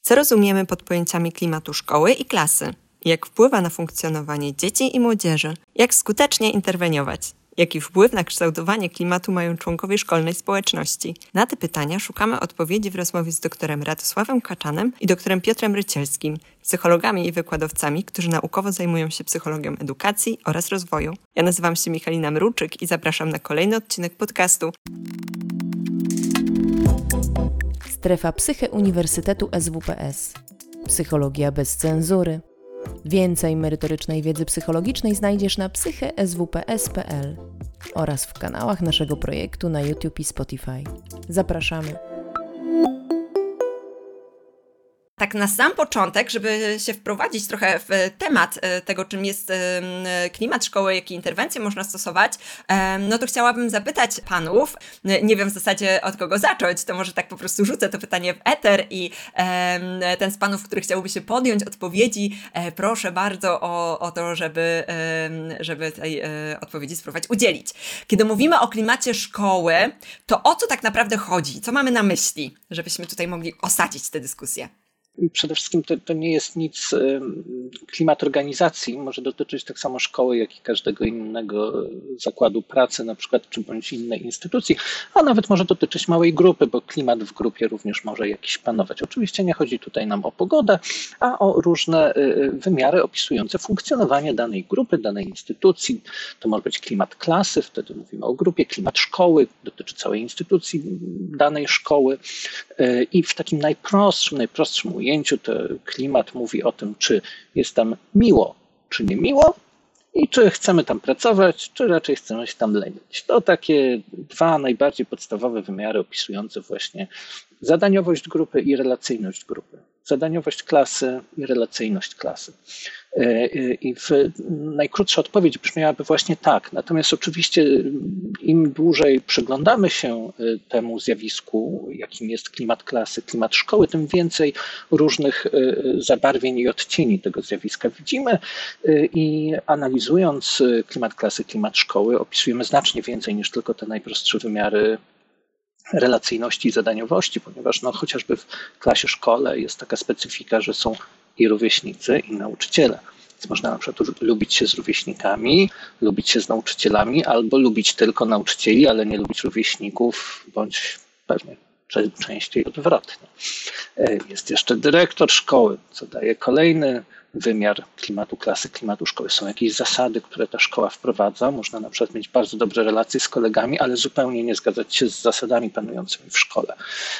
Co rozumiemy pod pojęciami klimatu szkoły i klasy? Jak wpływa na funkcjonowanie dzieci i młodzieży? Jak skutecznie interweniować? Jaki wpływ na kształtowanie klimatu mają członkowie szkolnej społeczności? Na te pytania szukamy odpowiedzi w rozmowie z doktorem Radosławem Kaczanem i doktorem Piotrem Rycielskim, psychologami i wykładowcami, którzy naukowo zajmują się psychologią edukacji oraz rozwoju. Ja nazywam się Michalina Mruczyk i zapraszam na kolejny odcinek podcastu. Strefa Psyche Uniwersytetu SWPS. Psychologia bez cenzury. Więcej merytorycznej wiedzy psychologicznej znajdziesz na psycheswps.pl oraz w kanałach naszego projektu na YouTube i Spotify. Zapraszamy. Tak na sam początek, żeby się wprowadzić trochę w temat tego, czym jest klimat szkoły, jakie interwencje można stosować, no to chciałabym zapytać panów, nie wiem w zasadzie od kogo zacząć, to może tak po prostu rzucę to pytanie w eter i ten z panów, który chciałby się podjąć odpowiedzi, proszę bardzo o to, żeby tej odpowiedzi spróbować udzielić. Kiedy mówimy o klimacie szkoły, to o co tak naprawdę chodzi? Co mamy na myśli, żebyśmy tutaj mogli osadzić tę dyskusję? Przede wszystkim to nie jest nic, klimat organizacji może dotyczyć tak samo szkoły, jak i każdego innego zakładu pracy, na przykład, czy bądź innej instytucji, a nawet może dotyczyć małej grupy, bo klimat w grupie również może jakiś panować. Oczywiście nie chodzi tutaj nam o pogodę, a o różne wymiary opisujące funkcjonowanie danej grupy, danej instytucji. To może być klimat klasy, wtedy mówimy o grupie, klimat szkoły, dotyczy całej instytucji danej szkoły i w takim najprostszym ujęciu to klimat mówi o tym, czy jest tam miło, czy nie miło i czy chcemy tam pracować, czy raczej chcemy się tam lenić. To takie dwa najbardziej podstawowe wymiary opisujące właśnie zadaniowość grupy i relacyjność grupy. Zadaniowość klasy i relacyjność klasy. I najkrótsza odpowiedź brzmiałaby właśnie tak. Natomiast oczywiście im dłużej przyglądamy się temu zjawisku, jakim jest klimat klasy, klimat szkoły, tym więcej różnych zabarwień i odcieni tego zjawiska widzimy i analizując klimat klasy, klimat szkoły opisujemy znacznie więcej niż tylko te najprostsze wymiary relacyjności i zadaniowości, ponieważ chociażby w klasie szkole jest taka specyfika, że są i rówieśnicy, i nauczyciele. Więc można na przykład lubić się z rówieśnikami, lubić się z nauczycielami, albo lubić tylko nauczycieli, ale nie lubić rówieśników, bądź pewnie częściej odwrotnie. Jest jeszcze dyrektor szkoły, co daje kolejny wymiar klimatu klasy, klimatu szkoły. Są jakieś zasady, które ta szkoła wprowadza. Można na przykład mieć bardzo dobre relacje z kolegami, ale zupełnie nie zgadzać się z zasadami panującymi w szkole.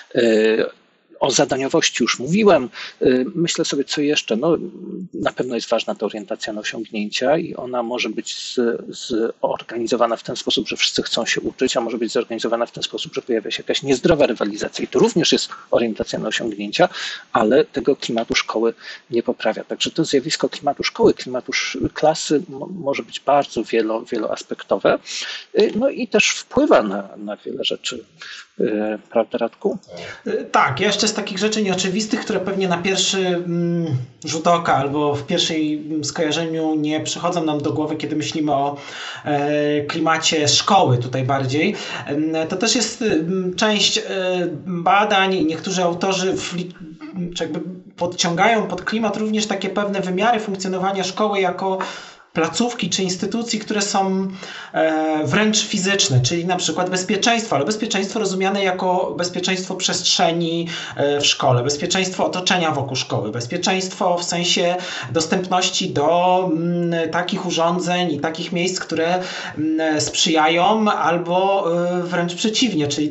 O zadaniowości już mówiłem. Myślę sobie, co jeszcze. Na pewno jest ważna ta orientacja na osiągnięcia i ona może być zorganizowana w ten sposób, że wszyscy chcą się uczyć, a może być zorganizowana w ten sposób, że pojawia się jakaś niezdrowa rywalizacja i to również jest orientacja na osiągnięcia, ale tego klimatu szkoły nie poprawia. Także to zjawisko klimatu szkoły, klimatu klasy może być bardzo wieloaspektowe, i też wpływa na wiele rzeczy. Prawda, Radku? Tak, jeszcze z takich rzeczy nieoczywistych, które pewnie na pierwszy rzut oka albo w pierwszej skojarzeniu nie przychodzą nam do głowy, kiedy myślimy o klimacie szkoły tutaj bardziej. To też jest część badań. Niektórzy autorzy jakby podciągają pod klimat również takie pewne wymiary funkcjonowania szkoły jako placówki czy instytucji, które są wręcz fizyczne, czyli na przykład bezpieczeństwo, ale bezpieczeństwo rozumiane jako bezpieczeństwo przestrzeni w szkole, bezpieczeństwo otoczenia wokół szkoły, bezpieczeństwo w sensie dostępności do takich urządzeń i takich miejsc, które sprzyjają albo wręcz przeciwnie, czyli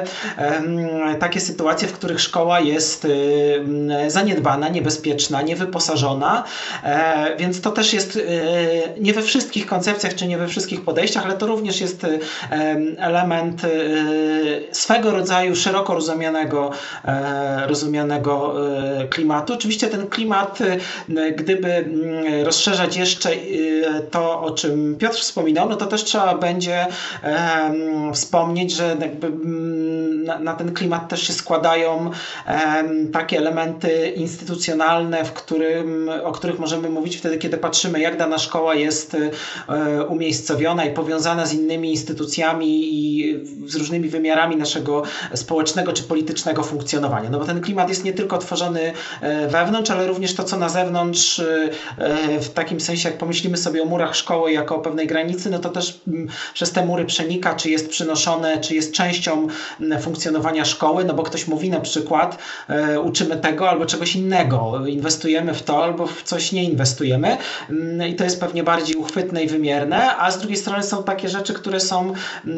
takie sytuacje, w których szkoła jest zaniedbana, niebezpieczna, niewyposażona, więc to też jest nie we wszystkich koncepcjach, czy nie we wszystkich podejściach, ale to również jest element swego rodzaju szeroko rozumianego klimatu. Oczywiście ten klimat, gdyby rozszerzać jeszcze to, o czym Piotr wspominał, to też trzeba będzie wspomnieć, że jakby na ten klimat też się składają takie elementy instytucjonalne, o których możemy mówić wtedy, kiedy patrzymy, jak dana szkoła jest umiejscowiona i powiązana z innymi instytucjami i z różnymi wymiarami naszego społecznego czy politycznego funkcjonowania. No bo ten klimat jest nie tylko tworzony wewnątrz, ale również to, co na zewnątrz, w takim sensie, jak pomyślimy sobie o murach szkoły jako o pewnej granicy, no to też przez te mury przenika, czy jest przynoszone, czy jest częścią funkcjonowania szkoły, no bo ktoś mówi na przykład, uczymy tego albo czegoś innego, inwestujemy w to albo w coś nie inwestujemy i to jest pewnie bardziej uchwytne i wymierne, a z drugiej strony są takie rzeczy, które są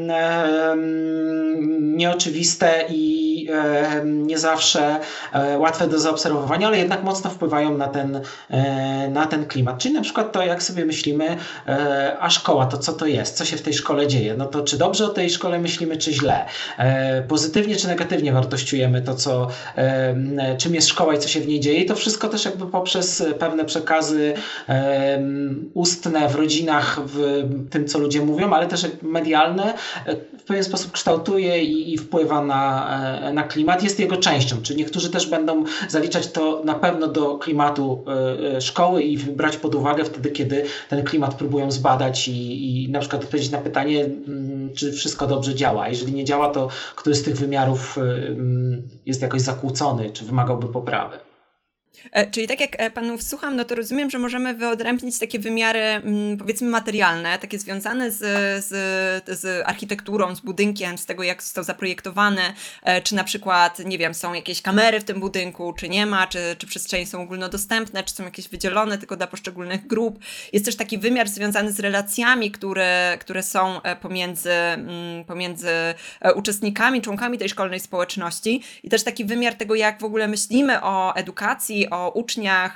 nieoczywiste i nie zawsze łatwe do zaobserwowania, ale jednak mocno wpływają na ten klimat. Czyli na przykład to, jak sobie myślimy, a szkoła, to co to jest? Co się w tej szkole dzieje? No to czy dobrze o tej szkole myślimy, czy źle? Pozytywnie czy negatywnie wartościujemy to, czym jest szkoła i co się w niej dzieje? I to wszystko też jakby poprzez pewne przekazy ustne w rodzinach, w tym, co ludzie mówią, ale też medialne, w pewien sposób kształtuje i wpływa na klimat, jest jego częścią. Czyli niektórzy też będą zaliczać to na pewno do klimatu szkoły i brać pod uwagę wtedy, kiedy ten klimat próbują zbadać i na przykład odpowiedzieć na pytanie, czy wszystko dobrze działa. Jeżeli nie działa, to który z tych wymiarów jest jakoś zakłócony, czy wymagałby poprawy. Czyli tak jak panów słucham, no to rozumiem, że możemy wyodrębnić takie wymiary, powiedzmy materialne, takie związane z architekturą, z budynkiem, z tego jak został zaprojektowany, czy na przykład, nie wiem, są jakieś kamery w tym budynku, czy nie ma, czy przestrzenie są ogólnodostępne, czy są jakieś wydzielone tylko dla poszczególnych grup. Jest też taki wymiar związany z relacjami, które są pomiędzy uczestnikami, członkami tej szkolnej społeczności i też taki wymiar tego, jak w ogóle myślimy o edukacji, o uczniach,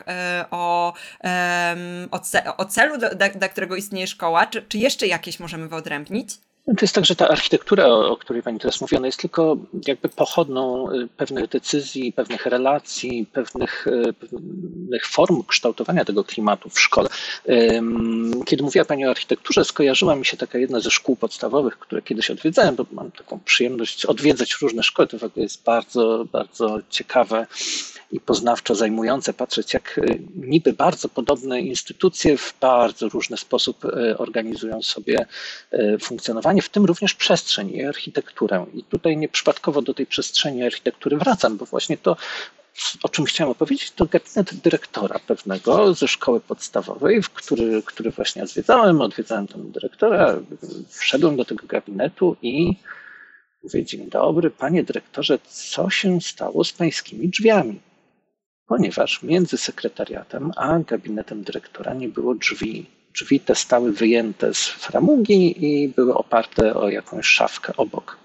o celu, dla którego istnieje szkoła, czy jeszcze jakieś możemy wyodrębnić? To jest tak, że ta architektura, o której pani teraz mówi, ona jest tylko jakby pochodną pewnych decyzji, pewnych relacji, pewnych form kształtowania tego klimatu w szkole. Kiedy mówiła pani o architekturze, skojarzyła mi się taka jedna ze szkół podstawowych, które kiedyś odwiedzałem, bo mam taką przyjemność odwiedzać różne szkoły. To w ogóle jest bardzo, bardzo ciekawe i poznawczo zajmujące patrzeć, jak niby bardzo podobne instytucje w bardzo różny sposób organizują sobie funkcjonowanie, w tym również przestrzeń i architekturę. I tutaj nieprzypadkowo do tej przestrzeni i architektury wracam, bo właśnie to, o czym chciałem opowiedzieć, to gabinet dyrektora pewnego ze szkoły podstawowej, który właśnie odwiedzałem tam dyrektora, wszedłem do tego gabinetu i mówię: dzień dobry, panie dyrektorze, co się stało z pańskimi drzwiami? Ponieważ między sekretariatem a gabinetem dyrektora nie było drzwi. Drzwi te stały wyjęte z framugi i były oparte o jakąś szafkę obok.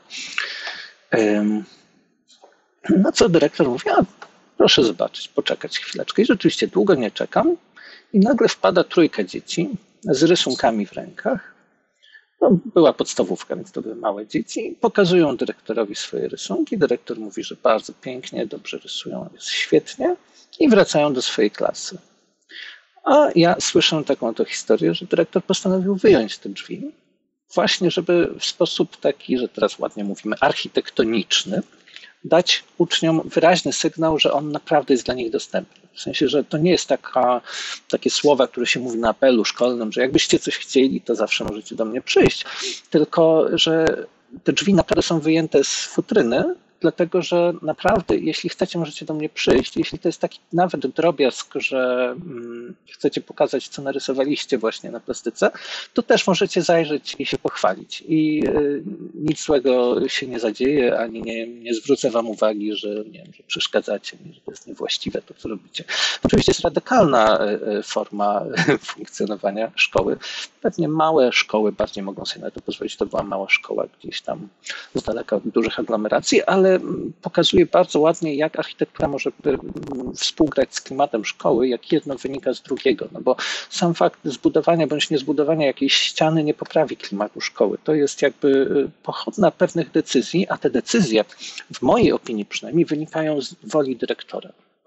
Na co dyrektor mówi: a proszę zobaczyć, poczekać chwileczkę. I rzeczywiście długo nie czekam i nagle wpada trójka dzieci z rysunkami w rękach. No, była podstawówka, więc to były małe dzieci. Pokazują dyrektorowi swoje rysunki. Dyrektor mówi, że bardzo pięknie, dobrze rysują, jest świetnie i wracają do swojej klasy. A ja słyszę taką oto historię, że dyrektor postanowił wyjąć te drzwi, właśnie żeby w sposób taki, że teraz ładnie mówimy, architektoniczny, dać uczniom wyraźny sygnał, że on naprawdę jest dla nich dostępny. W sensie, że to nie jest takie słowa, które się mówi na apelu szkolnym, że jakbyście coś chcieli, to zawsze możecie do mnie przyjść, tylko że te drzwi naprawdę są wyjęte z futryny, dlatego że naprawdę, jeśli chcecie, możecie do mnie przyjść. Jeśli to jest taki nawet drobiazg, że chcecie pokazać, co narysowaliście właśnie na plastyce, to też możecie zajrzeć i się pochwalić. I nic złego się nie zadzieje, ani nie zwrócę wam uwagi, że, nie wiem, że przeszkadzacie mi, że to jest niewłaściwe to, co robicie. Oczywiście jest radykalna forma funkcjonowania szkoły. Pewnie małe szkoły bardziej mogą sobie na to pozwolić. To była mała szkoła gdzieś tam z daleka od dużych aglomeracji, ale pokazuje bardzo ładnie, jak architektura może współgrać z klimatem szkoły, jak jedno wynika z drugiego. No bo sam fakt zbudowania bądź niezbudowania jakiejś ściany nie poprawi klimatu szkoły. To jest jakby pochodna pewnych decyzji, a te decyzje, w mojej opinii przynajmniej, wynikają z woli dyrektora.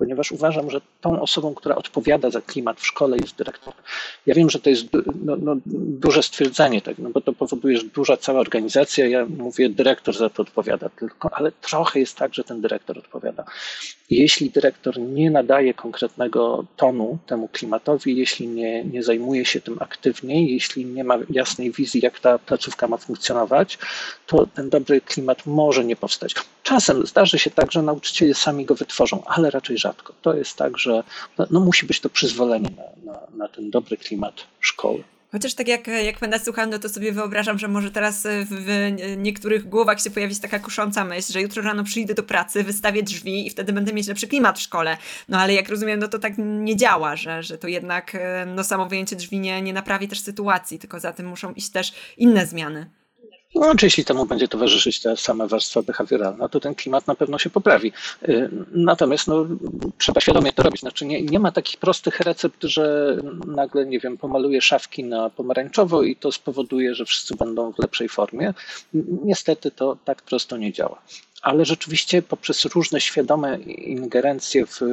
ponieważ uważam, że tą osobą, która odpowiada za klimat w szkole, jest dyrektor. Ja wiem, że to jest duże stwierdzenie, tak, bo to powoduje, że duża cała organizacja, ja mówię, dyrektor za to odpowiada, ale trochę jest tak, że ten dyrektor odpowiada. I jeśli dyrektor nie nadaje konkretnego tonu temu klimatowi, jeśli nie zajmuje się tym aktywnie, jeśli nie ma jasnej wizji, jak ta placówka ma funkcjonować, to ten dobry klimat może nie powstać. Czasem zdarzy się tak, że nauczyciele sami go wytworzą, ale raczej rzadko. To jest tak, że musi być to przyzwolenie na ten dobry klimat szkoły. Chociaż tak jak będę słuchał, no to sobie wyobrażam, że może teraz w niektórych głowach się pojawić taka kusząca myśl, że jutro rano przyjdę do pracy, wystawię drzwi i wtedy będę mieć lepszy klimat w szkole. No ale jak rozumiem, no to tak nie działa, że to jednak samo wyjęcie drzwi nie naprawi też sytuacji, tylko za tym muszą iść też inne zmiany. No, czy jeśli temu będzie towarzyszyć ta sama warstwa behawioralna, to ten klimat na pewno się poprawi. Natomiast trzeba świadomie to robić. Znaczy nie ma takich prostych recept, że nagle, nie wiem, pomaluję szafki na pomarańczowo i to spowoduje, że wszyscy będą w lepszej formie. Niestety to tak prosto nie działa. Ale rzeczywiście poprzez różne świadome ingerencje w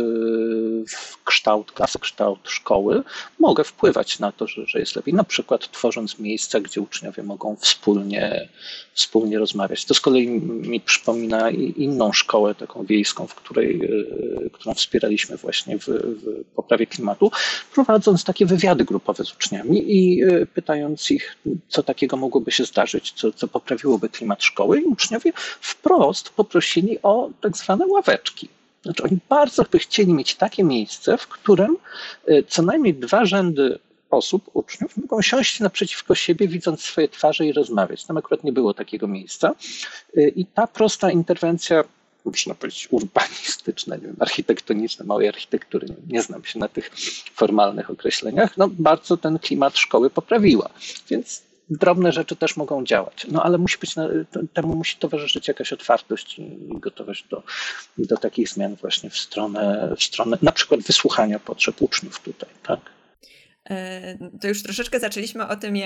kształt klasy, kształt szkoły mogę wpływać na to, że jest lepiej. Na przykład tworząc miejsca, gdzie uczniowie mogą wspólnie rozmawiać. To z kolei mi przypomina inną szkołę, taką wiejską, którą wspieraliśmy właśnie w poprawie klimatu, prowadząc takie wywiady grupowe z uczniami i pytając ich, co takiego mogłoby się zdarzyć, co poprawiłoby klimat szkoły, i uczniowie wprost poprosili o tak zwane ławeczki. Znaczy oni bardzo by chcieli mieć takie miejsce, w którym co najmniej 2 rzędy osób, uczniów, mogą siąść naprzeciwko siebie, widząc swoje twarze i rozmawiać. Tam akurat nie było takiego miejsca. I ta prosta interwencja, można powiedzieć urbanistyczna, nie wiem, architektoniczna, małej architektury, nie znam się na tych formalnych określeniach, bardzo ten klimat szkoły poprawiła. Więc drobne rzeczy też mogą działać, ale temu musi towarzyszyć jakaś otwartość i gotowość do takich zmian właśnie w stronę na przykład wysłuchania potrzeb uczniów tutaj, tak? To już troszeczkę zaczęliśmy o tym,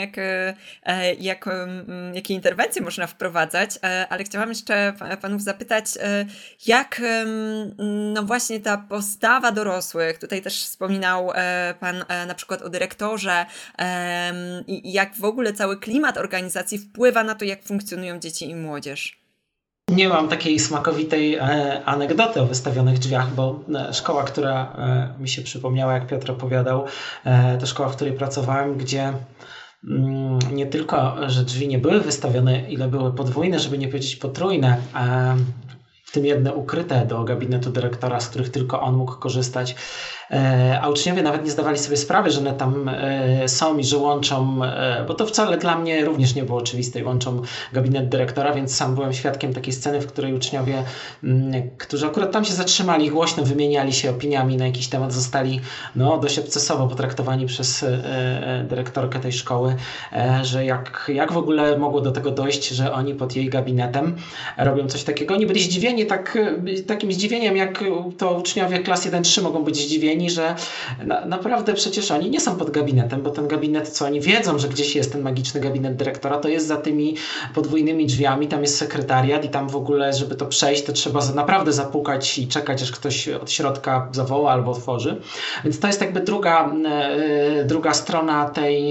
jakie interwencje można wprowadzać, ale chciałam jeszcze panów zapytać, jak właśnie ta postawa dorosłych, tutaj też wspominał pan na przykład o dyrektorze, i jak w ogóle cały klimat organizacji wpływa na to, jak funkcjonują dzieci i młodzież. Nie mam takiej smakowitej anegdoty o wystawionych drzwiach, bo szkoła, która mi się przypomniała, jak Piotr opowiadał, to szkoła, w której pracowałem, gdzie nie tylko, że drzwi nie były wystawione, ile były podwójne, żeby nie powiedzieć potrójne, w tym jedne ukryte do gabinetu dyrektora, z których tylko on mógł korzystać, a uczniowie nawet nie zdawali sobie sprawy, że one tam są i że łączą, bo to wcale dla mnie również nie było oczywiste, łączą gabinet dyrektora, więc sam byłem świadkiem takiej sceny, w której uczniowie, którzy akurat tam się zatrzymali, głośno wymieniali się opiniami na jakiś temat, zostali dość obcesowo potraktowani przez dyrektorkę tej szkoły, że jak w ogóle mogło do tego dojść, że oni pod jej gabinetem robią coś takiego. Oni byli zdziwieni takim zdziwieniem, jak to uczniowie klas 1-3 mogą być zdziwieni, że naprawdę przecież oni nie są pod gabinetem, bo ten gabinet, co oni wiedzą, że gdzieś jest ten magiczny gabinet dyrektora, to jest za tymi podwójnymi drzwiami, tam jest sekretariat i tam w ogóle, żeby to przejść, to trzeba naprawdę zapukać i czekać, aż ktoś od środka zawoła albo otworzy. Więc to jest jakby druga strona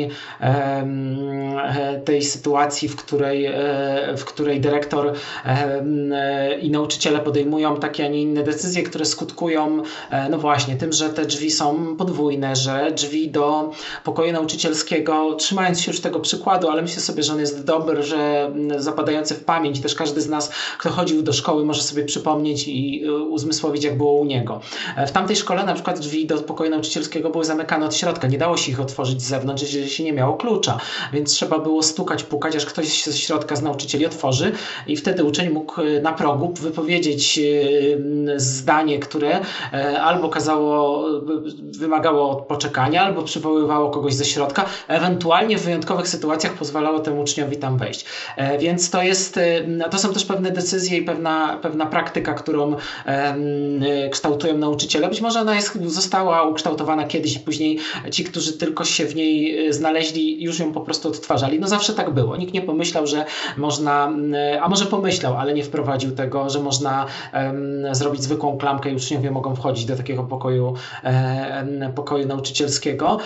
tej sytuacji, w której dyrektor i nauczyciele podejmują takie, a nie inne decyzje, które skutkują właśnie tym, że te drzwi są podwójne, że drzwi do pokoju nauczycielskiego, trzymając się już tego przykładu, ale myślę sobie, że on jest dobry, że zapadający w pamięć, też każdy z nas, kto chodził do szkoły, może sobie przypomnieć i uzmysłowić, jak było u niego. W tamtej szkole na przykład drzwi do pokoju nauczycielskiego były zamykane od środka, nie dało się ich otworzyć z zewnątrz, jeżeli się nie miało klucza, więc trzeba było stukać, pukać, aż ktoś ze środka z nauczycieli otworzy i wtedy uczeń mógł na progu wypowiedzieć zdanie, które albo wymagało poczekania, albo przywoływało kogoś ze środka, ewentualnie w wyjątkowych sytuacjach pozwalało temu uczniowi tam wejść. Więc to są też pewne decyzje i pewna praktyka, którą kształtują nauczyciele. Być może ona została ukształtowana kiedyś i później ci, którzy tylko się w niej znaleźli, już ją po prostu odtwarzali. Zawsze tak było. Nikt nie pomyślał, że można, a może pomyślał, ale nie wprowadził tego, że można można zrobić zwykłą klamkę i uczniowie mogą wchodzić do takiego pokoju nauczycielskiego.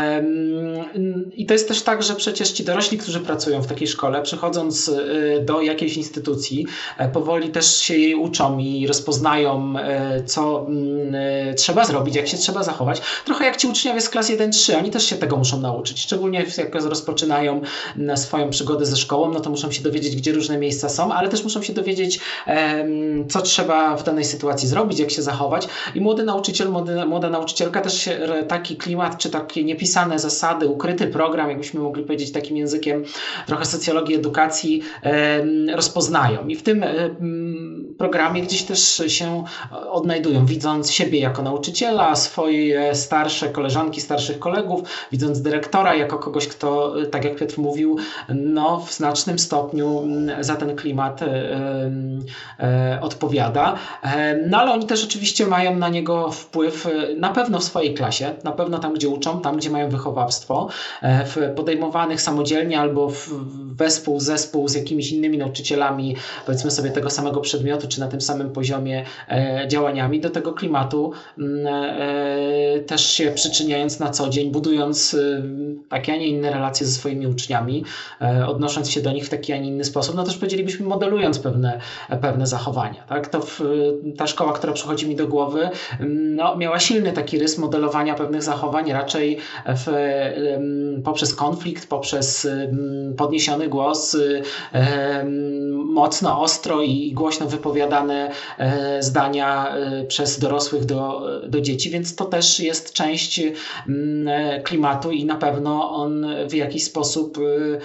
I to jest też tak, że przecież ci dorośli, którzy pracują w takiej szkole, przychodząc do jakiejś instytucji, powoli też się jej uczą i rozpoznają, co trzeba zrobić, jak się trzeba zachować. Trochę jak ci uczniowie z klas 1-3, oni też się tego muszą nauczyć. Szczególnie jak rozpoczynają swoją przygodę ze szkołą, no to muszą się dowiedzieć, gdzie różne miejsca są, ale też muszą się dowiedzieć, co trzeba w danej sytuacji zrobić, jak się zachować. I młody nauczyciel, młoda nauczycielka też się taki klimat, czy takie niepisane zasady, ukryty program, jakbyśmy mogli powiedzieć takim językiem trochę socjologii, edukacji, rozpoznają. I w tym programie gdzieś też się odnajdują, widząc siebie jako nauczyciela, swoje starsze koleżanki, starszych kolegów, widząc dyrektora jako kogoś, kto, tak jak Piotr mówił, no w znacznym stopniu za ten klimat odpowiada. No ale oni też oczywiście mają na niego wpływ na pewno w swojej klasie, na pewno tam, gdzie uczą, tam, gdzie mają wychowawstwo, w podejmowanych samodzielnie albo zespół z jakimiś innymi nauczycielami, powiedzmy sobie tego samego przedmiotu, czy na tym samym poziomie działaniami, do tego klimatu też się przyczyniając na co dzień, budując takie, a nie inne relacje ze swoimi uczniami, odnosząc się do nich w taki, a nie inny sposób, no też powiedzielibyśmy modelując pewne zachowania. Tak? Ta szkoła, która przychodzi mi do głowy, no, miała silny taki rys modelowania pewnych zachowań, raczej poprzez konflikt, poprzez podniesiony głos, mocno, ostro i głośno wypowiadane zdania przez dorosłych do dzieci, więc to też jest część klimatu i na pewno on w jakiś sposób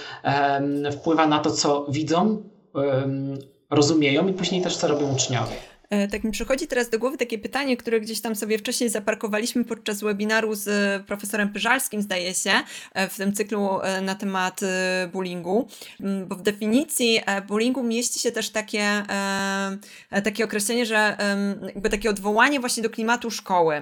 wpływa na to, co widzą, rozumieją i później też co robią uczniowie. Tak mi przychodzi teraz do głowy takie pytanie, które gdzieś tam sobie wcześniej zaparkowaliśmy podczas webinaru z profesorem Pyżalskim, zdaje się, w tym cyklu na temat bullyingu, bo w definicji bullyingu mieści się też takie określenie, że jakby takie odwołanie właśnie do klimatu szkoły.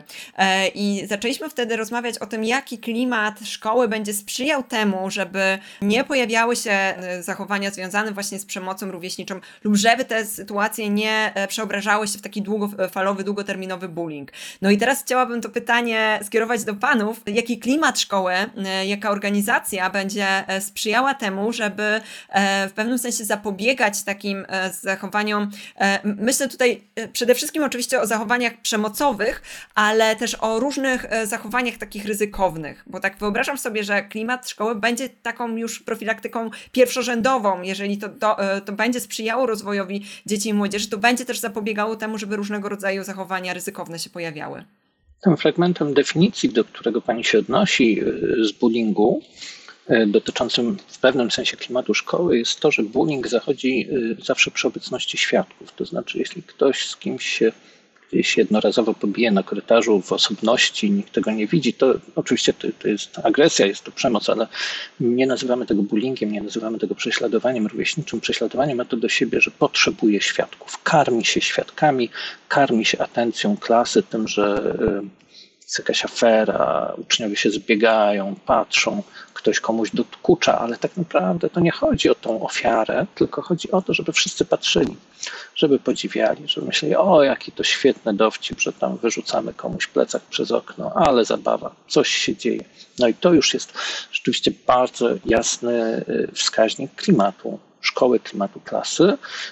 I zaczęliśmy wtedy rozmawiać o tym, jaki klimat szkoły będzie sprzyjał temu, żeby nie pojawiały się zachowania związane właśnie z przemocą rówieśniczą lub żeby te sytuacje nie przeobrażały się w taki długofalowy, długoterminowy bullying. No i teraz chciałabym to pytanie skierować do panów. Jaki klimat szkoły, jaka organizacja będzie sprzyjała temu, żeby w pewnym sensie zapobiegać takim zachowaniom? Myślę tutaj przede wszystkim oczywiście o zachowaniach przemocowych, ale też o różnych zachowaniach takich ryzykownych, bo tak wyobrażam sobie, że klimat szkoły będzie taką już profilaktyką pierwszorzędową. Jeżeli to będzie sprzyjało rozwojowi dzieci i młodzieży, to będzie też zapobiegało temu, żeby różnego rodzaju zachowania ryzykowne się pojawiały. Tym fragmentem definicji, do którego pani się odnosi z bullyingu, dotyczącym w pewnym sensie klimatu szkoły, jest to, że bullying zachodzi zawsze przy obecności świadków. To znaczy, jeśli ktoś z kimś się gdzieś jednorazowo pobije na korytarzu w osobności, nikt tego nie widzi, to oczywiście to jest agresja, jest to przemoc, ale nie nazywamy tego bullyingiem, nie nazywamy tego prześladowaniem rówieśniczym. Prześladowanie ma to do siebie, że potrzebuje świadków, karmi się świadkami, karmi się atencją klasy, tym, że jest jakaś afera, uczniowie się zbiegają, patrzą, ktoś komuś dokucza, ale tak naprawdę to nie chodzi o tą ofiarę, tylko chodzi o to, żeby wszyscy patrzyli, żeby podziwiali, żeby myśleli, o jaki to świetny dowcip, że tam wyrzucamy komuś plecak przez okno, ale zabawa, coś się dzieje. No i to już jest rzeczywiście bardzo jasny wskaźnik klimatu szkoły, klimatu klasy.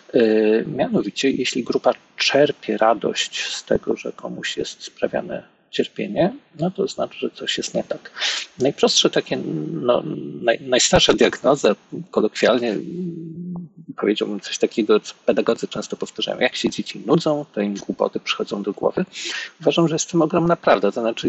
Mianowicie, jeśli grupa czerpie radość z tego, że komuś jest sprawiane cierpienie, no to znaczy, że coś jest nie tak. Najprostsze takie, najstarsza diagnoza, kolokwialnie powiedziałbym coś takiego, co pedagodzy często powtarzają, jak się dzieci nudzą, to im głupoty przychodzą do głowy. Uważam, że jest w tym ogromna prawda, to znaczy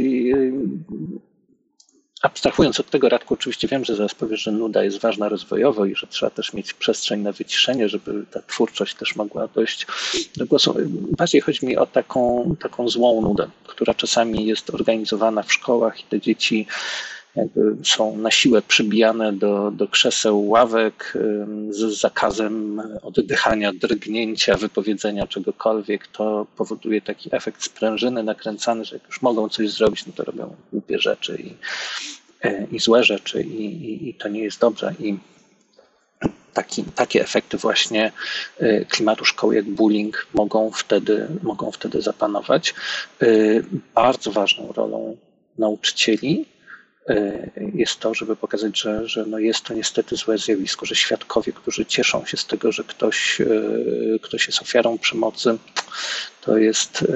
abstrahując od tego, Radku, oczywiście wiem, że zaraz powiesz, że nuda jest ważna rozwojowo i że trzeba też mieć przestrzeń na wyciszenie, żeby ta twórczość też mogła dojść do głosu. Bardziej chodzi mi o taką złą nudę, która czasami jest organizowana w szkołach i te dzieci jakby są na siłę przybijane do krzeseł, ławek z zakazem oddychania, drgnięcia, wypowiedzenia czegokolwiek. To powoduje taki efekt sprężyny nakręcany, że jak już mogą coś zrobić, no to robią głupie rzeczy i złe rzeczy i to nie jest dobrze. I takie efekty właśnie klimatu szkoły jak bullying mogą wtedy zapanować. Bardzo ważną rolą nauczycieli jest to, żeby pokazać, że jest to niestety złe zjawisko, że świadkowie, którzy cieszą się z tego, że ktoś jest ofiarą przemocy, to jest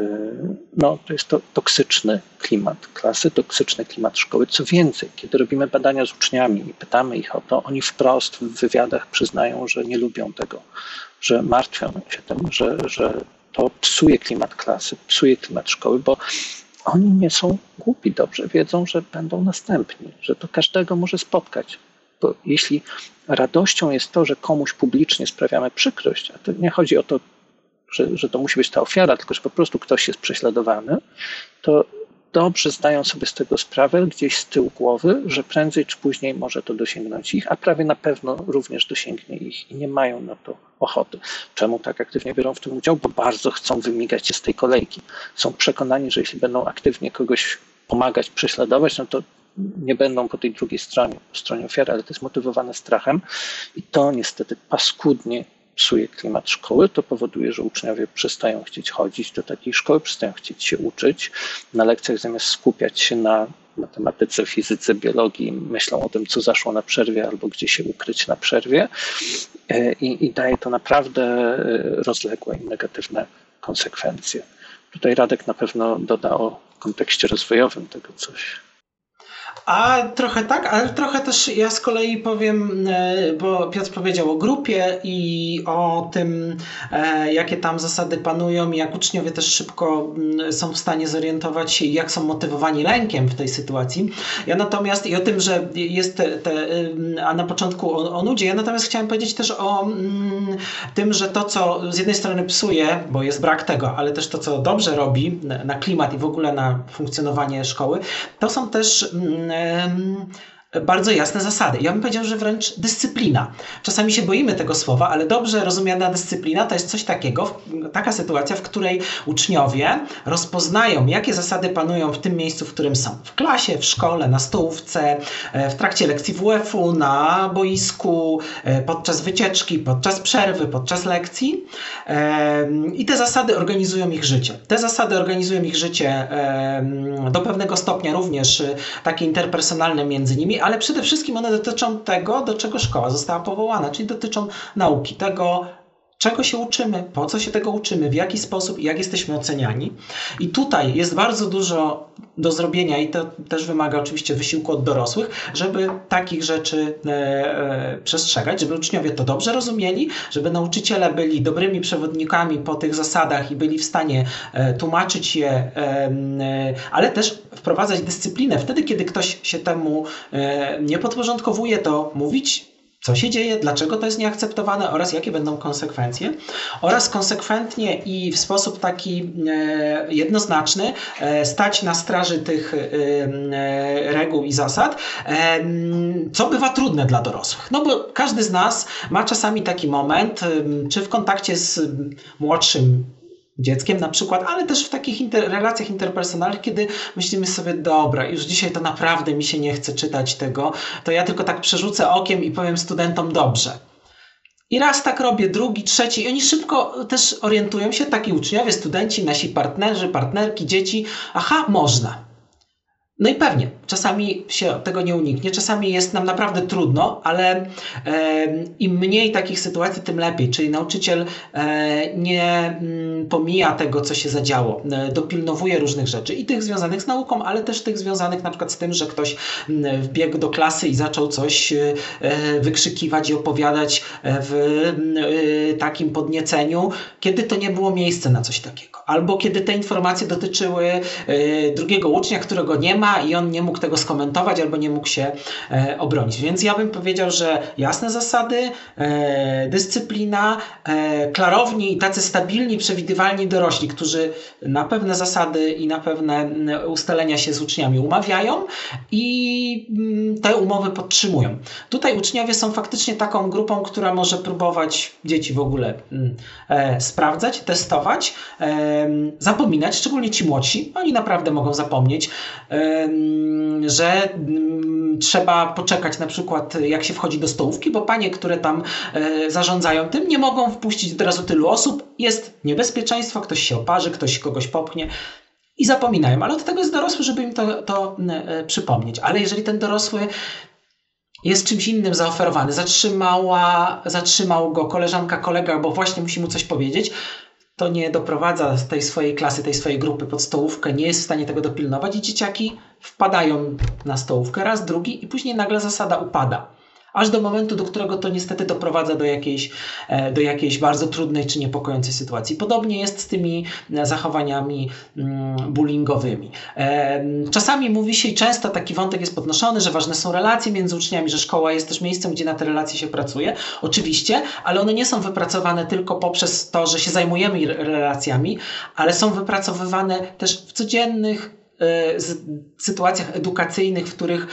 to toksyczny klimat klasy, toksyczny klimat szkoły. Co więcej, kiedy robimy badania z uczniami i pytamy ich o to, oni wprost w wywiadach przyznają, że nie lubią tego, że martwią się tym, że to psuje klimat klasy, psuje klimat szkoły, bo oni nie są głupi, dobrze wiedzą, że będą następni, że to każdego może spotkać. Bo jeśli radością jest to, że komuś publicznie sprawiamy przykrość, a to nie chodzi o to, że to musi być ta ofiara, tylko że po prostu ktoś jest prześladowany, to dobrze zdają sobie z tego sprawę gdzieś z tyłu głowy, że prędzej czy później może to dosięgnąć ich, a prawie na pewno również dosięgnie ich i nie mają na to ochoty. Czemu tak aktywnie biorą w tym udział? Bo bardzo chcą wymigać się z tej kolejki. Są przekonani, że jeśli będą aktywnie kogoś pomagać, prześladować, no to nie będą po tej drugiej stronie ofiary, ale to jest motywowane strachem i to niestety paskudnie psuje klimat szkoły, to powoduje, że uczniowie przestają chcieć chodzić do takiej szkoły, przestają chcieć się uczyć. Na lekcjach zamiast skupiać się na matematyce, fizyce, biologii, myślą o tym, co zaszło na przerwie albo gdzie się ukryć na przerwie i daje to naprawdę rozległe i negatywne konsekwencje. Tutaj Radek na pewno doda o kontekście rozwojowym tego coś. A trochę tak, ale trochę też ja z kolei powiem, bo Piotr powiedział o grupie i o tym, jakie tam zasady panują i jak uczniowie też szybko są w stanie zorientować się, jak są motywowani lękiem w tej sytuacji. Ja natomiast i o tym, że jest a na początku o nudzie, ja natomiast chciałem powiedzieć też o tym, że to, co z jednej strony psuje, bo jest brak tego, ale też to, co dobrze robi na klimat i w ogóle na funkcjonowanie szkoły, to są też bardzo jasne zasady. Ja bym powiedział, że wręcz dyscyplina. Czasami się boimy tego słowa, ale dobrze rozumiana dyscyplina to jest coś takiego, taka sytuacja, w której uczniowie rozpoznają, jakie zasady panują w tym miejscu, w którym są. W klasie, w szkole, na stołówce, w trakcie lekcji WF-u, na boisku, podczas wycieczki, podczas przerwy, podczas lekcji. I te zasady organizują ich życie. Te zasady organizują ich życie do pewnego stopnia również takie interpersonalne między nimi, ale przede wszystkim one dotyczą tego, do czego szkoła została powołana, czyli dotyczą nauki, tego, czego się uczymy, po co się tego uczymy, w jaki sposób i jak jesteśmy oceniani. I tutaj jest bardzo dużo do zrobienia i to też wymaga oczywiście wysiłku od dorosłych, żeby takich rzeczy przestrzegać, żeby uczniowie to dobrze rozumieli, żeby nauczyciele byli dobrymi przewodnikami po tych zasadach i byli w stanie tłumaczyć je, ale też wprowadzać dyscyplinę. Wtedy, kiedy ktoś się temu nie podporządkowuje, to mówić, co się dzieje, dlaczego to jest nieakceptowane oraz jakie będą konsekwencje. Oraz konsekwentnie i w sposób taki jednoznaczny stać na straży tych reguł i zasad, co bywa trudne dla dorosłych. No bo każdy z nas ma czasami taki moment, czy w kontakcie z młodszym dzieckiem na przykład, ale też w takich relacjach interpersonalnych, kiedy myślimy sobie, dobra, już dzisiaj to naprawdę mi się nie chce czytać tego, to ja tylko tak przerzucę okiem i powiem studentom dobrze. I raz tak robię, drugi, trzeci i oni szybko też orientują się, taki uczniowie, studenci, nasi partnerzy, partnerki, dzieci, aha, można. No i pewnie, czasami się tego nie uniknie, czasami jest nam naprawdę trudno, ale im mniej takich sytuacji, tym lepiej. Czyli nauczyciel nie pomija tego, co się zadziało, dopilnowuje różnych rzeczy i tych związanych z nauką, ale też tych związanych na przykład z tym, że ktoś wbiegł do klasy i zaczął coś wykrzykiwać i opowiadać w takim podnieceniu, kiedy to nie było miejsca na coś takiego. Albo kiedy te informacje dotyczyły drugiego ucznia, którego nie ma i on nie mógł tego skomentować albo nie mógł się obronić. Więc ja bym powiedział, że jasne zasady, dyscyplina, klarowni i tacy stabilni, przewidywalni dorośli, którzy na pewne zasady i na pewne ustalenia się z uczniami umawiają i te umowy podtrzymują. Tutaj uczniowie są faktycznie taką grupą, która może próbować dzieci w ogóle sprawdzać, testować, zapominać, szczególnie ci młodsi. Oni naprawdę mogą zapomnieć, że trzeba poczekać na przykład jak się wchodzi do stołówki, bo panie, które tam zarządzają tym, nie mogą wpuścić od razu tylu osób. Jest niebezpieczeństwo, ktoś się oparzy, ktoś kogoś popchnie. I zapominają, ale od tego jest dorosły, żeby im to przypomnieć. Ale jeżeli ten dorosły jest czymś innym zaoferowany, zatrzymał go koleżanka, kolega, bo właśnie musi mu coś powiedzieć, to nie doprowadza tej swojej klasy, tej swojej grupy pod stołówkę, nie jest w stanie tego dopilnować i dzieciaki wpadają na stołówkę raz, drugi i później nagle zasada upada. Aż do momentu, do którego to niestety doprowadza do jakiejś bardzo trudnej czy niepokojącej sytuacji. Podobnie jest z tymi zachowaniami bullyingowymi. Czasami mówi się i często taki wątek jest podnoszony, że ważne są relacje między uczniami, że szkoła jest też miejscem, gdzie na te relacje się pracuje. Oczywiście, ale one nie są wypracowane tylko poprzez to, że się zajmujemy relacjami, ale są wypracowywane też w codziennych sytuacjach edukacyjnych, w których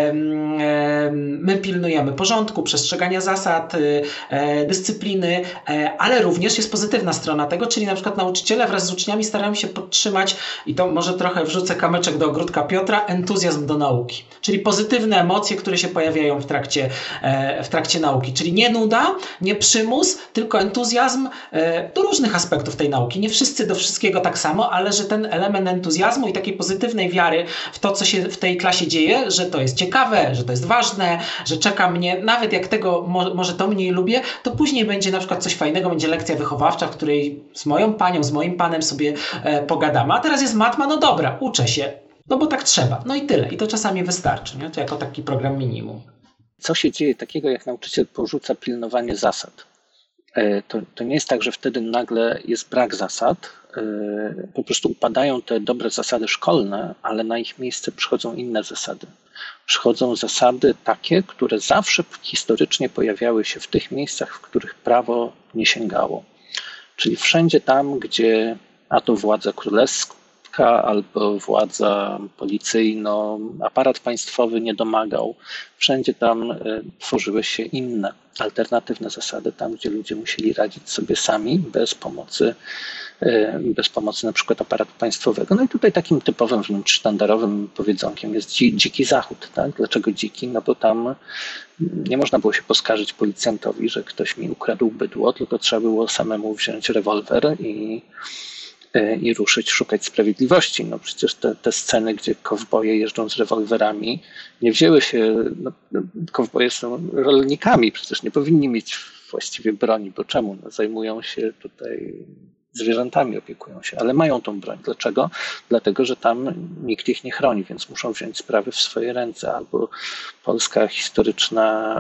my pilnujemy porządku, przestrzegania zasad, dyscypliny, ale również jest pozytywna strona tego, czyli na przykład nauczyciele wraz z uczniami starają się podtrzymać, i to może trochę wrzucę kamyczek do ogródka Piotra, entuzjazm do nauki, czyli pozytywne emocje, które się pojawiają w trakcie nauki, czyli nie nuda, nie przymus, tylko entuzjazm do różnych aspektów tej nauki. Nie wszyscy do wszystkiego tak samo, ale że ten element entuzjazmu i takiej pozytywnej wiary w to, co się w tej klasie dzieje, że to jest ciekawe, że to jest ważne, że czeka mnie, nawet jak tego może to mniej lubię, to później będzie na przykład coś fajnego, będzie lekcja wychowawcza, w której z moją panią, z moim panem sobie pogadamy. A teraz jest matma, no dobra, uczę się, no bo tak trzeba. No i tyle. I to czasami wystarczy, nie? To jako taki program minimum. Co się dzieje takiego, jak nauczyciel porzuca pilnowanie zasad? To nie jest tak, że wtedy nagle jest brak zasad, po prostu upadają te dobre zasady szkolne, ale na ich miejsce przychodzą inne zasady. Przychodzą zasady takie, które zawsze historycznie pojawiały się w tych miejscach, w których prawo nie sięgało. Czyli wszędzie tam, gdzie a to władza królewska, albo władza policyjna, aparat państwowy nie domagał. Wszędzie tam tworzyły się inne, alternatywne zasady, tam gdzie ludzie musieli radzić sobie sami, bez pomocy na przykład aparatu państwowego. No i tutaj takim typowym, wręcz sztandarowym powiedzonkiem jest dziki zachód. Tak? Dlaczego dziki? No bo tam nie można było się poskarżyć policjantowi, że ktoś mi ukradł bydło, tylko trzeba było samemu wziąć rewolwer i ruszyć, szukać sprawiedliwości. No przecież te sceny, gdzie kowboje jeżdżą z rewolwerami, nie wzięły się, kowboje są rolnikami, przecież nie powinni mieć właściwie broni, bo czemu? No, zajmują się tutaj zwierzętami, opiekują się, ale mają tą broń. Dlaczego? Dlatego, że tam nikt ich nie chroni, więc muszą wziąć sprawy w swoje ręce. Albo Polska historyczna,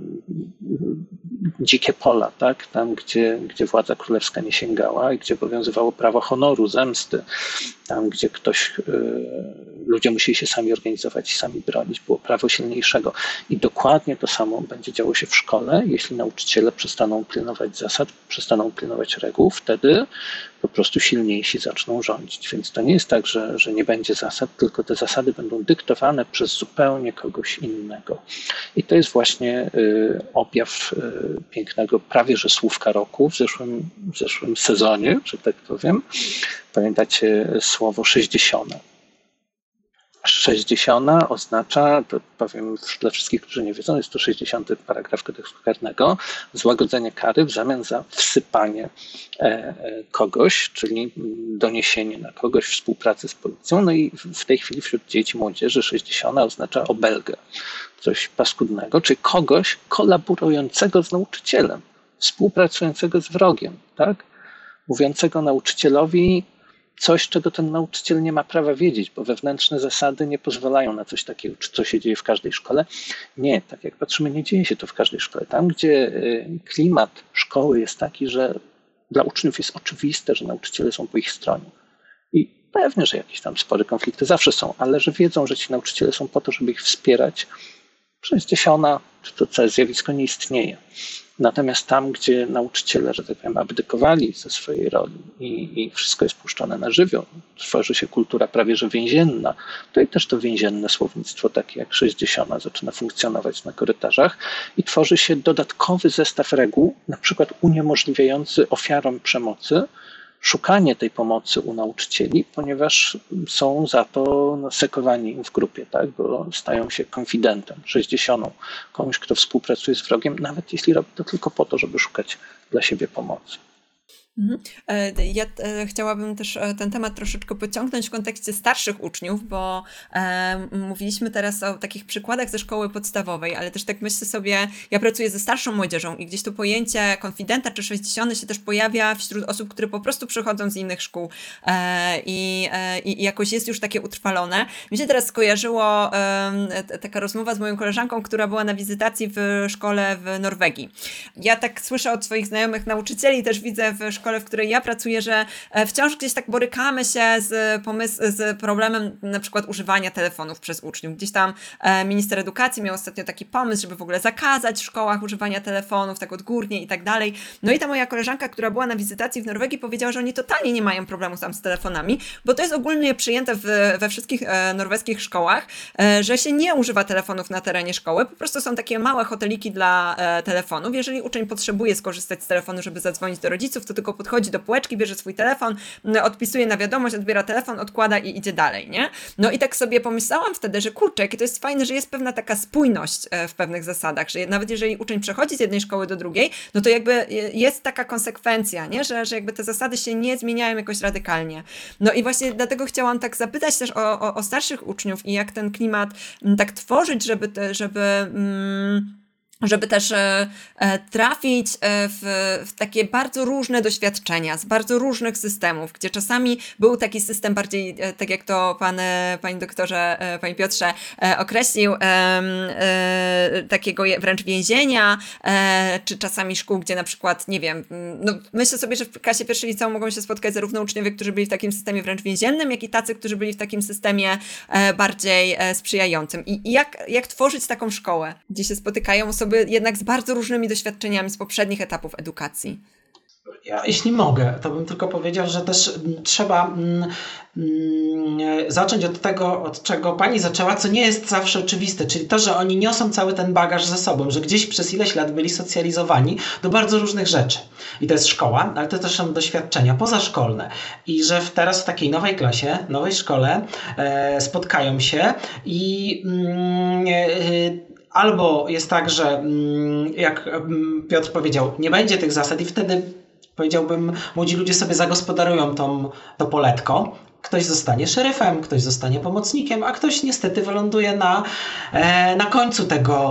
dzikie pola, tak? Tam, gdzie władza królewska nie sięgała i gdzie obowiązywało prawo honoru, zemsty. Tam, gdzie ludzie musieli się sami organizować i sami bronić, było prawo silniejszego. I dokładnie to samo będzie działo się w szkole, jeśli nauczyciele przestaną pilnować zasad, przestaną pilnować reguł, wtedy po prostu silniejsi zaczną rządzić. Więc to nie jest tak, że nie będzie zasad, tylko te zasady będą dyktowane przez zupełnie kogoś innego. I to jest właśnie objaw pięknego prawie że słówka roku w zeszłym sezonie, że tak powiem. Pamiętacie słowo 60. 60 oznacza, to powiem dla wszystkich, którzy nie wiedzą, jest to 60 paragraf kodeksu karnego, złagodzenie kary w zamian za wsypanie kogoś, czyli doniesienie na kogoś, współpracy z policją. No i w tej chwili wśród dzieci i młodzieży 60 oznacza obelgę, coś paskudnego, czyli kogoś kolaborującego z nauczycielem, współpracującego z wrogiem, tak? Mówiącego nauczycielowi coś, czego ten nauczyciel nie ma prawa wiedzieć, bo wewnętrzne zasady nie pozwalają na coś takiego, czy co się dzieje w każdej szkole. Nie, tak jak patrzymy, nie dzieje się to w każdej szkole. Tam, gdzie klimat szkoły jest taki, że dla uczniów jest oczywiste, że nauczyciele są po ich stronie. I pewnie, że jakieś tam spory, konflikty zawsze są, ale że wiedzą, że ci nauczyciele są po to, żeby ich wspierać. 60, czy to całe zjawisko nie istnieje. Natomiast tam, gdzie nauczyciele, że tak powiem, abdykowali ze swojej roli i wszystko jest puszczone na żywioł, tworzy się kultura prawie że więzienna, to i też to więzienne słownictwo takie jak 60 zaczyna funkcjonować na korytarzach i tworzy się dodatkowy zestaw reguł, na przykład uniemożliwiający ofiarom przemocy szukanie tej pomocy u nauczycieli, ponieważ są za to sekowani w grupie, tak? Bo stają się konfidentem, 60, komuś, kto współpracuje z wrogiem, nawet jeśli robi to tylko po to, żeby szukać dla siebie pomocy. Ja chciałabym też ten temat troszeczkę pociągnąć w kontekście starszych uczniów, bo mówiliśmy teraz o takich przykładach ze szkoły podstawowej, ale też tak myślę sobie, ja pracuję ze starszą młodzieżą i gdzieś to pojęcie konfidenta czy 60 się też pojawia wśród osób, które po prostu przychodzą z innych szkół i jakoś jest już takie utrwalone. Mi się teraz skojarzyło taka rozmowa z moją koleżanką, która była na wizytacji w szkole w Norwegii. Ja tak słyszę od swoich znajomych nauczycieli, też widzę w szkole, w której ja pracuję, że wciąż gdzieś tak borykamy się z problemem na przykład używania telefonów przez uczniów. Gdzieś tam minister edukacji miał ostatnio taki pomysł, żeby w ogóle zakazać w szkołach używania telefonów, tak odgórnie i tak dalej. No i ta moja koleżanka, która była na wizytacji w Norwegii, powiedziała, że oni totalnie nie mają problemu tam z telefonami, bo to jest ogólnie przyjęte we wszystkich norweskich szkołach, że się nie używa telefonów na terenie szkoły. Po prostu są takie małe hoteliki dla telefonów. Jeżeli uczeń potrzebuje skorzystać z telefonu, żeby zadzwonić do rodziców, to tylko podchodzi do półeczki, bierze swój telefon, odpisuje na wiadomość, odbiera telefon, odkłada i idzie dalej, nie? No i tak sobie pomyślałam wtedy, że kurczę, jakie to jest fajne, że jest pewna taka spójność w pewnych zasadach, że nawet jeżeli uczeń przechodzi z jednej szkoły do drugiej, no to jakby jest taka konsekwencja, nie? Że jakby te zasady się nie zmieniają jakoś radykalnie. No i właśnie dlatego chciałam tak zapytać też o starszych uczniów i jak ten klimat tak tworzyć, żeby też trafić w takie bardzo różne doświadczenia z bardzo różnych systemów, gdzie czasami był taki system bardziej, tak jak to panie doktorze, panie Piotrze określił, takiego wręcz więzienia, czy czasami szkół, gdzie na przykład, nie wiem, no myślę sobie, że w klasie pierwszej liceum mogą się spotkać zarówno uczniowie, którzy byli w takim systemie wręcz więziennym, jak i tacy, którzy byli w takim systemie bardziej sprzyjającym. I jak tworzyć taką szkołę, gdzie się spotykają osoby jednak z bardzo różnymi doświadczeniami z poprzednich etapów edukacji? Ja, jeśli mogę, to bym tylko powiedział, że też trzeba zacząć od tego, od czego pani zaczęła, co nie jest zawsze oczywiste, czyli to, że oni niosą cały ten bagaż ze sobą, że gdzieś przez ileś lat byli socjalizowani do bardzo różnych rzeczy. I to jest szkoła, ale to też są doświadczenia pozaszkolne. I że teraz w takiej nowej klasie, nowej szkole spotkają się i albo jest tak, że jak Piotr powiedział, nie będzie tych zasad i wtedy powiedziałbym, młodzi ludzie sobie zagospodarują to poletko. Ktoś zostanie szeryfem, ktoś zostanie pomocnikiem, a ktoś niestety wyląduje na końcu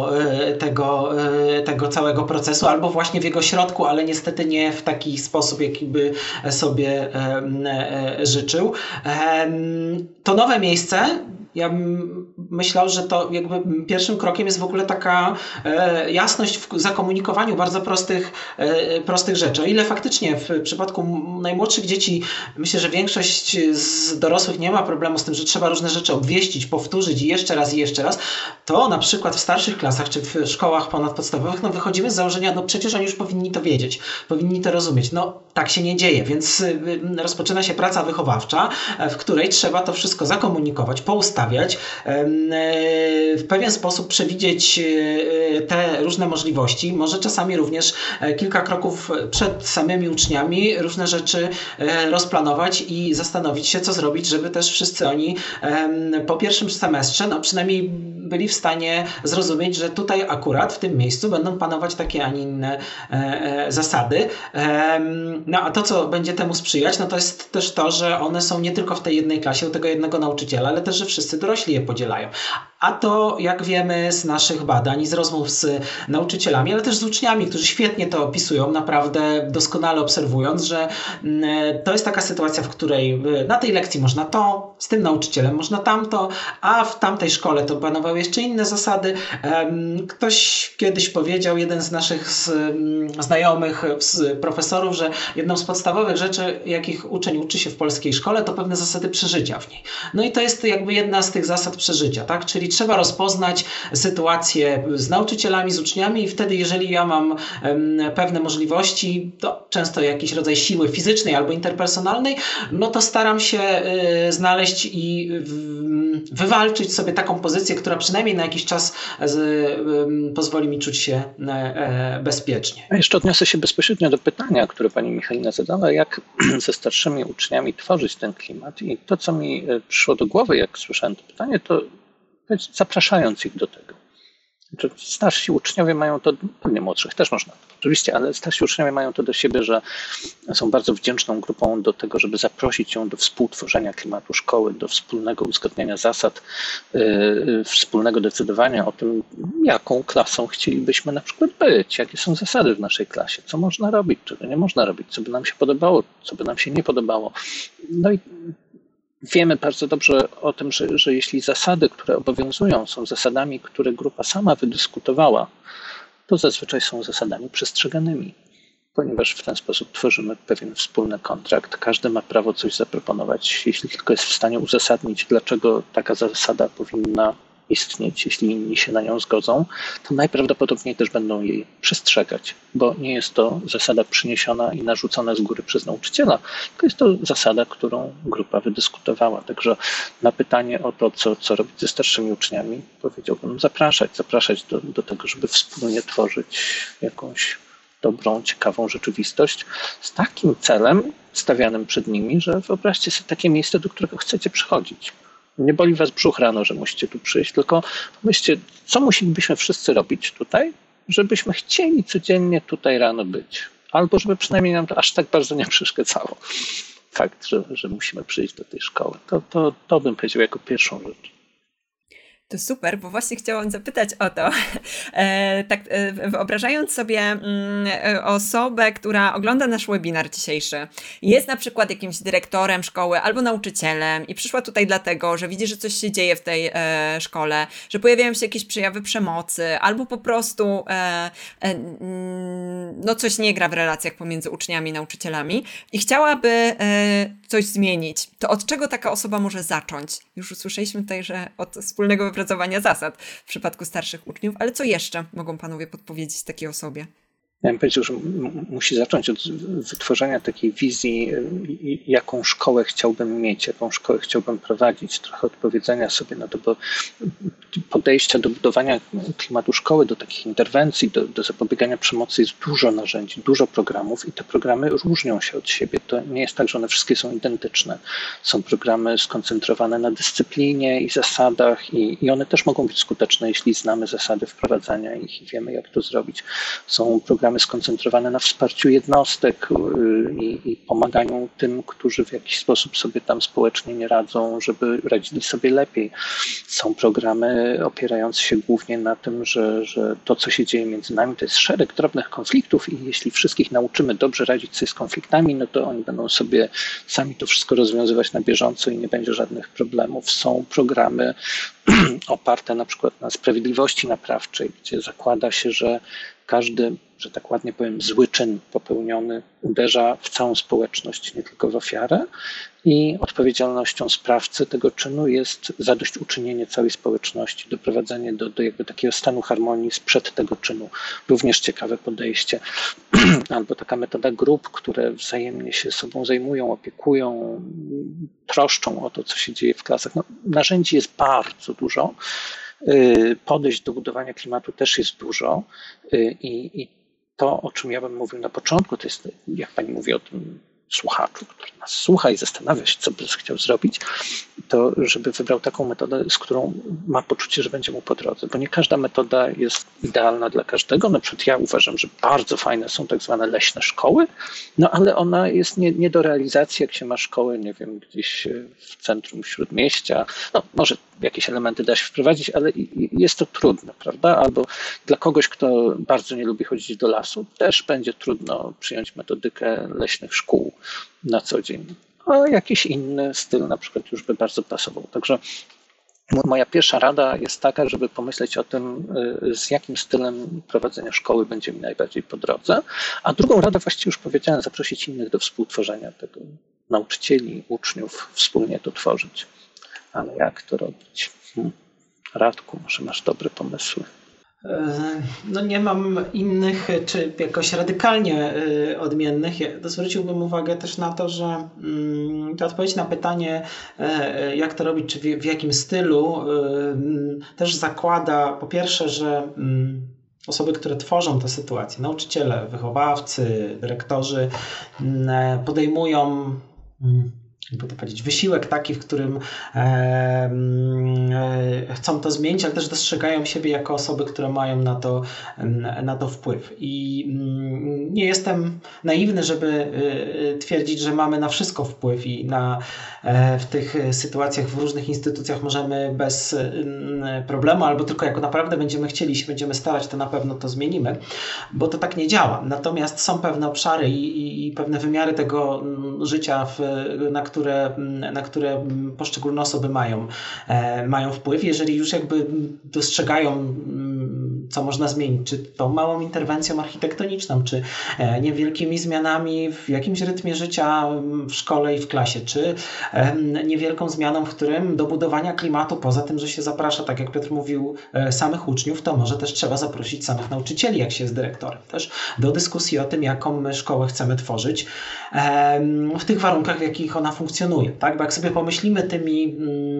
tego całego procesu, albo właśnie w jego środku, ale niestety nie w taki sposób, jaki by sobie życzył. To nowe miejsce, ja bym myślał, że to jakby pierwszym krokiem jest w ogóle taka jasność w zakomunikowaniu bardzo prostych rzeczy. O ile faktycznie w przypadku najmłodszych dzieci myślę, że większość z dorosłych nie ma problemu z tym, że trzeba różne rzeczy obwieścić, powtórzyć i jeszcze raz, to na przykład w starszych klasach czy w szkołach ponadpodstawowych wychodzimy z założenia, przecież oni już powinni to wiedzieć, powinni to rozumieć. Tak się nie dzieje, więc rozpoczyna się praca wychowawcza, w której trzeba to wszystko zakomunikować, poustawiać, w pewien sposób przewidzieć te różne możliwości, może czasami również kilka kroków przed samymi uczniami różne rzeczy rozplanować i zastanowić się, co zrobić, żeby też wszyscy oni po pierwszym semestrze przynajmniej byli w stanie zrozumieć, że tutaj akurat w tym miejscu będą panować takie, a nie inne zasady. A to, co będzie temu sprzyjać, to jest też to, że one są nie tylko w tej jednej klasie u tego jednego nauczyciela, ale też, że wszyscy dorośli je podzielają. A to, jak wiemy z naszych badań i z rozmów z nauczycielami, ale też z uczniami, którzy świetnie to opisują, naprawdę doskonale obserwując, że to jest taka sytuacja, w której na tej lekcji można to, z tym nauczycielem można tamto, a w tamtej szkole to panowały jeszcze inne zasady. Ktoś kiedyś powiedział, jeden z naszych znajomych profesorów, że jedną z podstawowych rzeczy, jakich uczeń uczy się w polskiej szkole, to pewne zasady przeżycia w niej. I to jest jakby jedna z tych zasad przeżycia, tak? Czyli trzeba rozpoznać sytuację z nauczycielami, z uczniami i wtedy, jeżeli ja mam pewne możliwości, to często jakiś rodzaj siły fizycznej albo interpersonalnej, no to staram się znaleźć i wywalczyć sobie taką pozycję, która przynajmniej na jakiś czas pozwoli mi czuć się bezpiecznie. A jeszcze odniosę się bezpośrednio do pytania, które pani Michalina zadała, jak ze starszymi uczniami tworzyć ten klimat. I to, co mi przyszło do głowy, jak słyszałem to pytanie, to zapraszając ich do tego. Starsi uczniowie mają to, pewnie młodszych też można, oczywiście, ale starsi uczniowie mają to do siebie, że są bardzo wdzięczną grupą do tego, żeby zaprosić ją do współtworzenia klimatu szkoły, do wspólnego uzgadniania zasad, wspólnego decydowania o tym, jaką klasą chcielibyśmy na przykład być, jakie są zasady w naszej klasie, co można robić, czego nie można robić, co by nam się podobało, co by nam się nie podobało. No i wiemy bardzo dobrze o tym, że jeśli zasady, które obowiązują, są zasadami, które grupa sama wydyskutowała, to zazwyczaj są zasadami przestrzeganymi, ponieważ w ten sposób tworzymy pewien wspólny kontrakt. Każdy ma prawo coś zaproponować, jeśli tylko jest w stanie uzasadnić, dlaczego taka zasada powinna istnieć. Jeśli inni się na nią zgodzą, to najprawdopodobniej też będą jej przestrzegać, bo nie jest to zasada przyniesiona i narzucona z góry przez nauczyciela, tylko jest to zasada, którą grupa wydyskutowała. Także na pytanie o to, co robić ze starszymi uczniami, powiedziałbym zapraszać do tego, żeby wspólnie tworzyć jakąś dobrą, ciekawą rzeczywistość z takim celem stawianym przed nimi, że wyobraźcie sobie takie miejsce, do którego chcecie przychodzić. Nie boli was brzuch rano, że musicie tu przyjść, tylko pomyślcie, co musielibyśmy wszyscy robić tutaj, żebyśmy chcieli codziennie tutaj rano być. Albo żeby przynajmniej nam to aż tak bardzo nie przeszkadzało. Fakt, że musimy przyjść do tej szkoły. To bym powiedział jako pierwszą rzecz. To super, bo właśnie chciałam zapytać o to. Wyobrażając sobie osobę, która ogląda nasz webinar dzisiejszy, jest na przykład jakimś dyrektorem szkoły albo nauczycielem i przyszła tutaj dlatego, że widzi, że coś się dzieje w tej szkole, że pojawiają się jakieś przejawy przemocy albo po prostu coś nie gra w relacjach pomiędzy uczniami i nauczycielami i chciałaby coś zmienić. To od czego taka osoba może zacząć? Już usłyszeliśmy tutaj, że od wspólnego wypracowania zasad w przypadku starszych uczniów, ale co jeszcze mogą panowie podpowiedzieć takiej osobie? Ja bym powiedział, że musi zacząć od wytworzenia takiej wizji, jaką szkołę chciałbym mieć, jaką szkołę chciałbym prowadzić, trochę odpowiedzenia sobie na to, bo podejścia do budowania klimatu szkoły, do takich interwencji, do zapobiegania przemocy jest dużo narzędzi, dużo programów i te programy różnią się od siebie. To nie jest tak, że one wszystkie są identyczne. Są programy skoncentrowane na dyscyplinie i zasadach i one też mogą być skuteczne, jeśli znamy zasady wprowadzania ich i wiemy, jak to zrobić. Są programy skoncentrowane na wsparciu jednostek i pomaganiu tym, którzy w jakiś sposób sobie tam społecznie nie radzą, żeby radzili sobie lepiej. Są programy opierające się głównie na tym, że to, co się dzieje między nami, to jest szereg drobnych konfliktów i jeśli wszystkich nauczymy dobrze radzić sobie z konfliktami, no to oni będą sobie sami to wszystko rozwiązywać na bieżąco i nie będzie żadnych problemów. Są programy oparte na przykład na sprawiedliwości naprawczej, gdzie zakłada się, że każdy, że tak ładnie powiem, zły czyn popełniony uderza w całą społeczność, nie tylko w ofiarę i odpowiedzialnością sprawcy tego czynu jest zadośćuczynienie całej społeczności, doprowadzenie do jakby takiego stanu harmonii sprzed tego czynu. Również ciekawe podejście. Albo taka metoda grup, które wzajemnie się sobą zajmują, opiekują, troszczą o to, co się dzieje w klasach. No, narzędzi jest bardzo dużo. Podejść do budowania klimatu też jest dużo i to, o czym ja bym mówił na początku, to jest, jak pani mówi o tym słuchaczu, który nas słucha i zastanawia się, co by chciał zrobić, to żeby wybrał taką metodę, z którą ma poczucie, że będzie mu po drodze, bo nie każda metoda jest idealna dla każdego. Na przykład ja uważam, że bardzo fajne są tak zwane leśne szkoły, no ale ona jest nie do realizacji, jak się ma szkoły, nie wiem, gdzieś w centrum śródmieścia. No może jakieś elementy da się wprowadzić, ale jest to trudne, prawda? Albo dla kogoś, kto bardzo nie lubi chodzić do lasu, też będzie trudno przyjąć metodykę leśnych szkół na co dzień. A jakiś inny styl na przykład już by bardzo pasował. Także moja pierwsza rada jest taka, żeby pomyśleć o tym, z jakim stylem prowadzenia szkoły będzie mi najbardziej po drodze. A drugą radę właściwie już powiedziałem, zaprosić innych do współtworzenia tego. Nauczycieli, uczniów, wspólnie to tworzyć. Ale jak to robić? Radku, może masz dobre pomysły? No nie mam innych, czy jakoś radykalnie odmiennych. Zwróciłbym uwagę też na to, że ta odpowiedź na pytanie, jak to robić, czy w jakim stylu, też zakłada po pierwsze, że osoby, które tworzą tę sytuację, nauczyciele, wychowawcy, dyrektorzy, podejmują, jakby to powiedzieć, wysiłek taki, w którym chcą to zmienić, ale też dostrzegają siebie jako osoby, które mają na to wpływ. I nie jestem naiwny, żeby twierdzić, że mamy na wszystko wpływ i w tych sytuacjach w różnych instytucjach możemy bez problemu, albo tylko jak naprawdę będziemy chcieli, się będziemy starać, to na pewno to zmienimy, bo to tak nie działa. Natomiast są pewne obszary i pewne wymiary tego życia, na które poszczególne osoby mają wpływ. Jeżeli już jakby dostrzegają, co można zmienić, czy tą małą interwencją architektoniczną, czy niewielkimi zmianami w jakimś rytmie życia w szkole i w klasie, czy niewielką zmianą, w którym do budowania klimatu, poza tym, że się zaprasza, tak jak Piotr mówił, samych uczniów, to może też trzeba zaprosić samych nauczycieli, jak się jest dyrektorem, też do dyskusji o tym, jaką my szkołę chcemy tworzyć w tych warunkach, w jakich ona funkcjonuje. Tak? Bo jak sobie pomyślimy tymi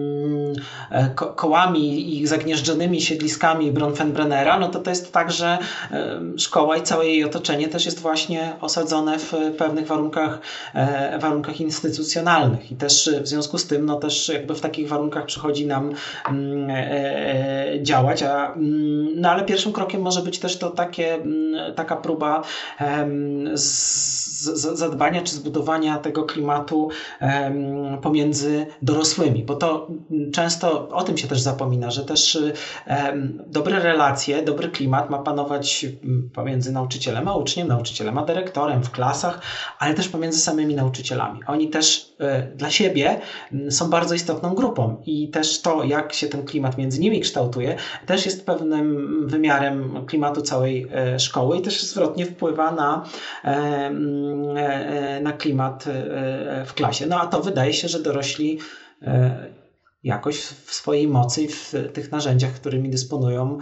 kołami i zagnieżdżonymi siedliskami Bronfenbrennera, no to jest tak, że szkoła i całe jej otoczenie też jest właśnie osadzone w pewnych warunkach instytucjonalnych i też w związku z tym, no też jakby w takich warunkach przychodzi nam działać, no ale pierwszym krokiem może być też to taka próba zadbania czy zbudowania tego klimatu pomiędzy dorosłymi, bo to często o tym się też zapomina, że też dobre relacje, dobry klimat ma panować pomiędzy nauczycielem a uczniem, nauczycielem a dyrektorem w klasach, ale też pomiędzy samymi nauczycielami. Oni też dla siebie są bardzo istotną grupą i też to, jak się ten klimat między nimi kształtuje, też jest pewnym wymiarem klimatu całej szkoły i też zwrotnie wpływa na klimat w klasie. No a to wydaje się, że dorośli jakoś w swojej mocy i w tych narzędziach, którymi dysponują,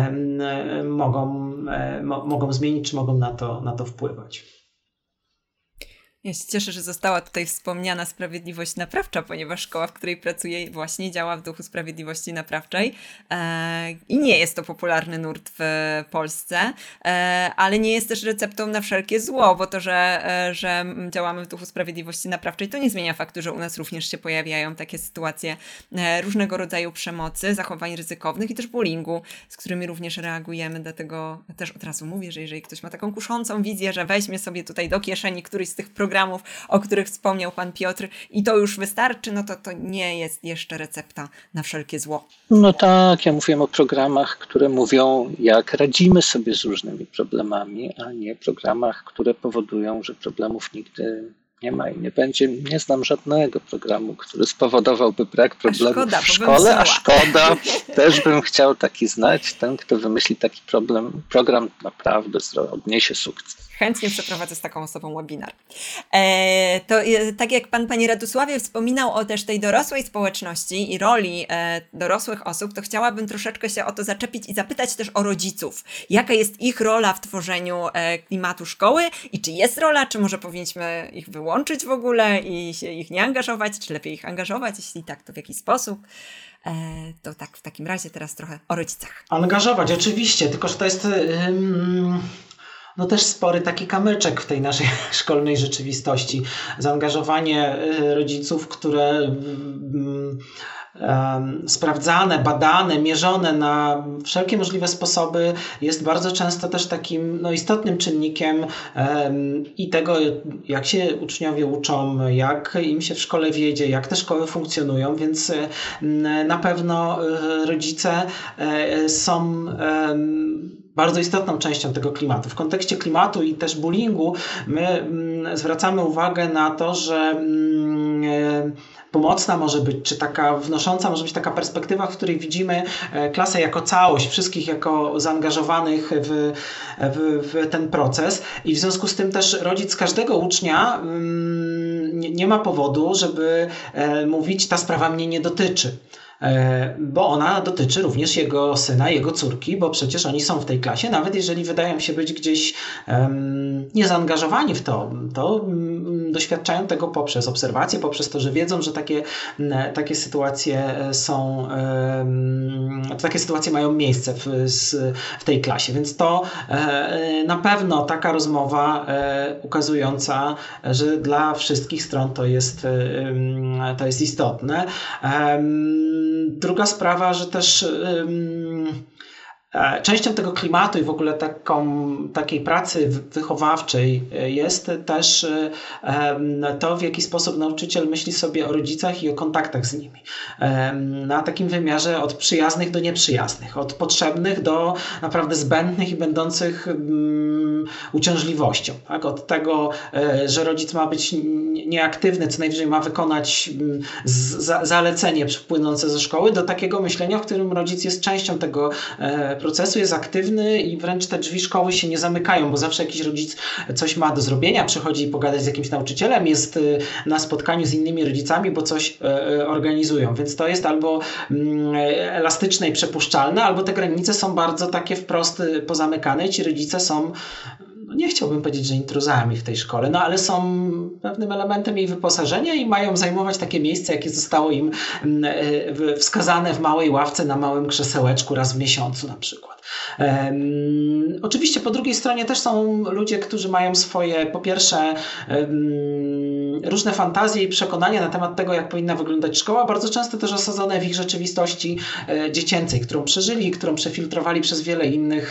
mogą zmienić, czy mogą na to wpływać. Ja się cieszę, że została tutaj wspomniana sprawiedliwość naprawcza, ponieważ szkoła, w której pracuję, właśnie działa w duchu sprawiedliwości naprawczej i nie jest to popularny nurt w Polsce, ale nie jest też receptą na wszelkie zło, bo to, że działamy w duchu sprawiedliwości naprawczej, to nie zmienia faktu, że u nas również się pojawiają takie sytuacje różnego rodzaju przemocy, zachowań ryzykownych i też bullyingu, z którymi również reagujemy, dlatego też od razu mówię, że jeżeli ktoś ma taką kuszącą wizję, że weźmie sobie tutaj do kieszeni któryś z tych programów, o których wspomniał pan Piotr i to już wystarczy, no to nie jest jeszcze recepta na wszelkie zło. No tak, ja mówiłem o programach, które mówią, jak radzimy sobie z różnymi problemami, a nie programach, które powodują, że problemów nigdy nie ma i nie będzie. Nie znam żadnego programu, który spowodowałby brak problemów w szkole, a szkoda. Też bym chciał taki znać. Ten, kto wymyśli taki program naprawdę odniesie sukces. Chętnie przeprowadzę z taką osobą webinar. To tak jak Panie Radosławie wspominał o też tej dorosłej społeczności i roli dorosłych osób, to chciałabym troszeczkę się o to zaczepić i zapytać też o rodziców. Jaka jest ich rola w tworzeniu klimatu szkoły i czy jest rola, czy może powinniśmy ich wyłączyć w ogóle i się ich nie angażować, czy lepiej ich angażować, jeśli tak, to w jaki sposób? To tak w takim razie teraz trochę o rodzicach. Angażować, oczywiście, tylko że to jest no też spory taki kamyczek w tej naszej szkolnej rzeczywistości. Zaangażowanie rodziców, które sprawdzane, badane, mierzone na wszelkie możliwe sposoby jest bardzo często też takim istotnym czynnikiem i tego, jak się uczniowie uczą, jak im się w szkole wiedzie, jak te szkoły funkcjonują, więc na pewno rodzice są bardzo istotną częścią tego klimatu. W kontekście klimatu i też bullyingu my zwracamy uwagę na to, że pomocna może być, czy taka wnosząca może być taka perspektywa, w której widzimy klasę jako całość, wszystkich jako zaangażowanych w ten proces i w związku z tym też rodzic każdego ucznia nie ma powodu, żeby mówić, ta sprawa mnie nie dotyczy. bo ona dotyczy również jego syna, jego córki, bo przecież oni są w tej klasie, nawet jeżeli wydają się być gdzieś niezaangażowani w to, to doświadczają tego poprzez obserwacje, poprzez to, że wiedzą, że takie sytuacje są, takie sytuacje mają miejsce w tej klasie, więc to na pewno taka rozmowa ukazująca, że dla wszystkich stron to jest istotne. Druga sprawa, że też częścią tego klimatu i w ogóle takiej pracy wychowawczej jest też to, w jaki sposób nauczyciel myśli sobie o rodzicach i o kontaktach z nimi. Na takim wymiarze od przyjaznych do nieprzyjaznych, od potrzebnych do naprawdę zbędnych i będących uciążliwością. Tak? Od tego, że rodzic ma być nieaktywny, co najwyżej ma wykonać zalecenie płynące ze szkoły, do takiego myślenia, w którym rodzic jest częścią tego procesu, jest aktywny i wręcz te drzwi szkoły się nie zamykają, bo zawsze jakiś rodzic coś ma do zrobienia, przychodzi pogadać z jakimś nauczycielem, jest na spotkaniu z innymi rodzicami, bo coś organizują. Więc to jest albo elastyczne i przepuszczalne, albo te granice są bardzo takie wprost pozamykane i ci rodzice są, nie chciałbym powiedzieć, że intruzami w tej szkole, no ale są pewnym elementem jej wyposażenia i mają zajmować takie miejsce, jakie zostało im wskazane w małej ławce na małym krzesełeczku raz w miesiącu na przykład. Oczywiście po drugiej stronie też są ludzie, którzy mają swoje, po pierwsze, różne fantazje i przekonania na temat tego, jak powinna wyglądać szkoła, bardzo często też osadzone w ich rzeczywistości dziecięcej, którą przeżyli, którą przefiltrowali przez wiele innych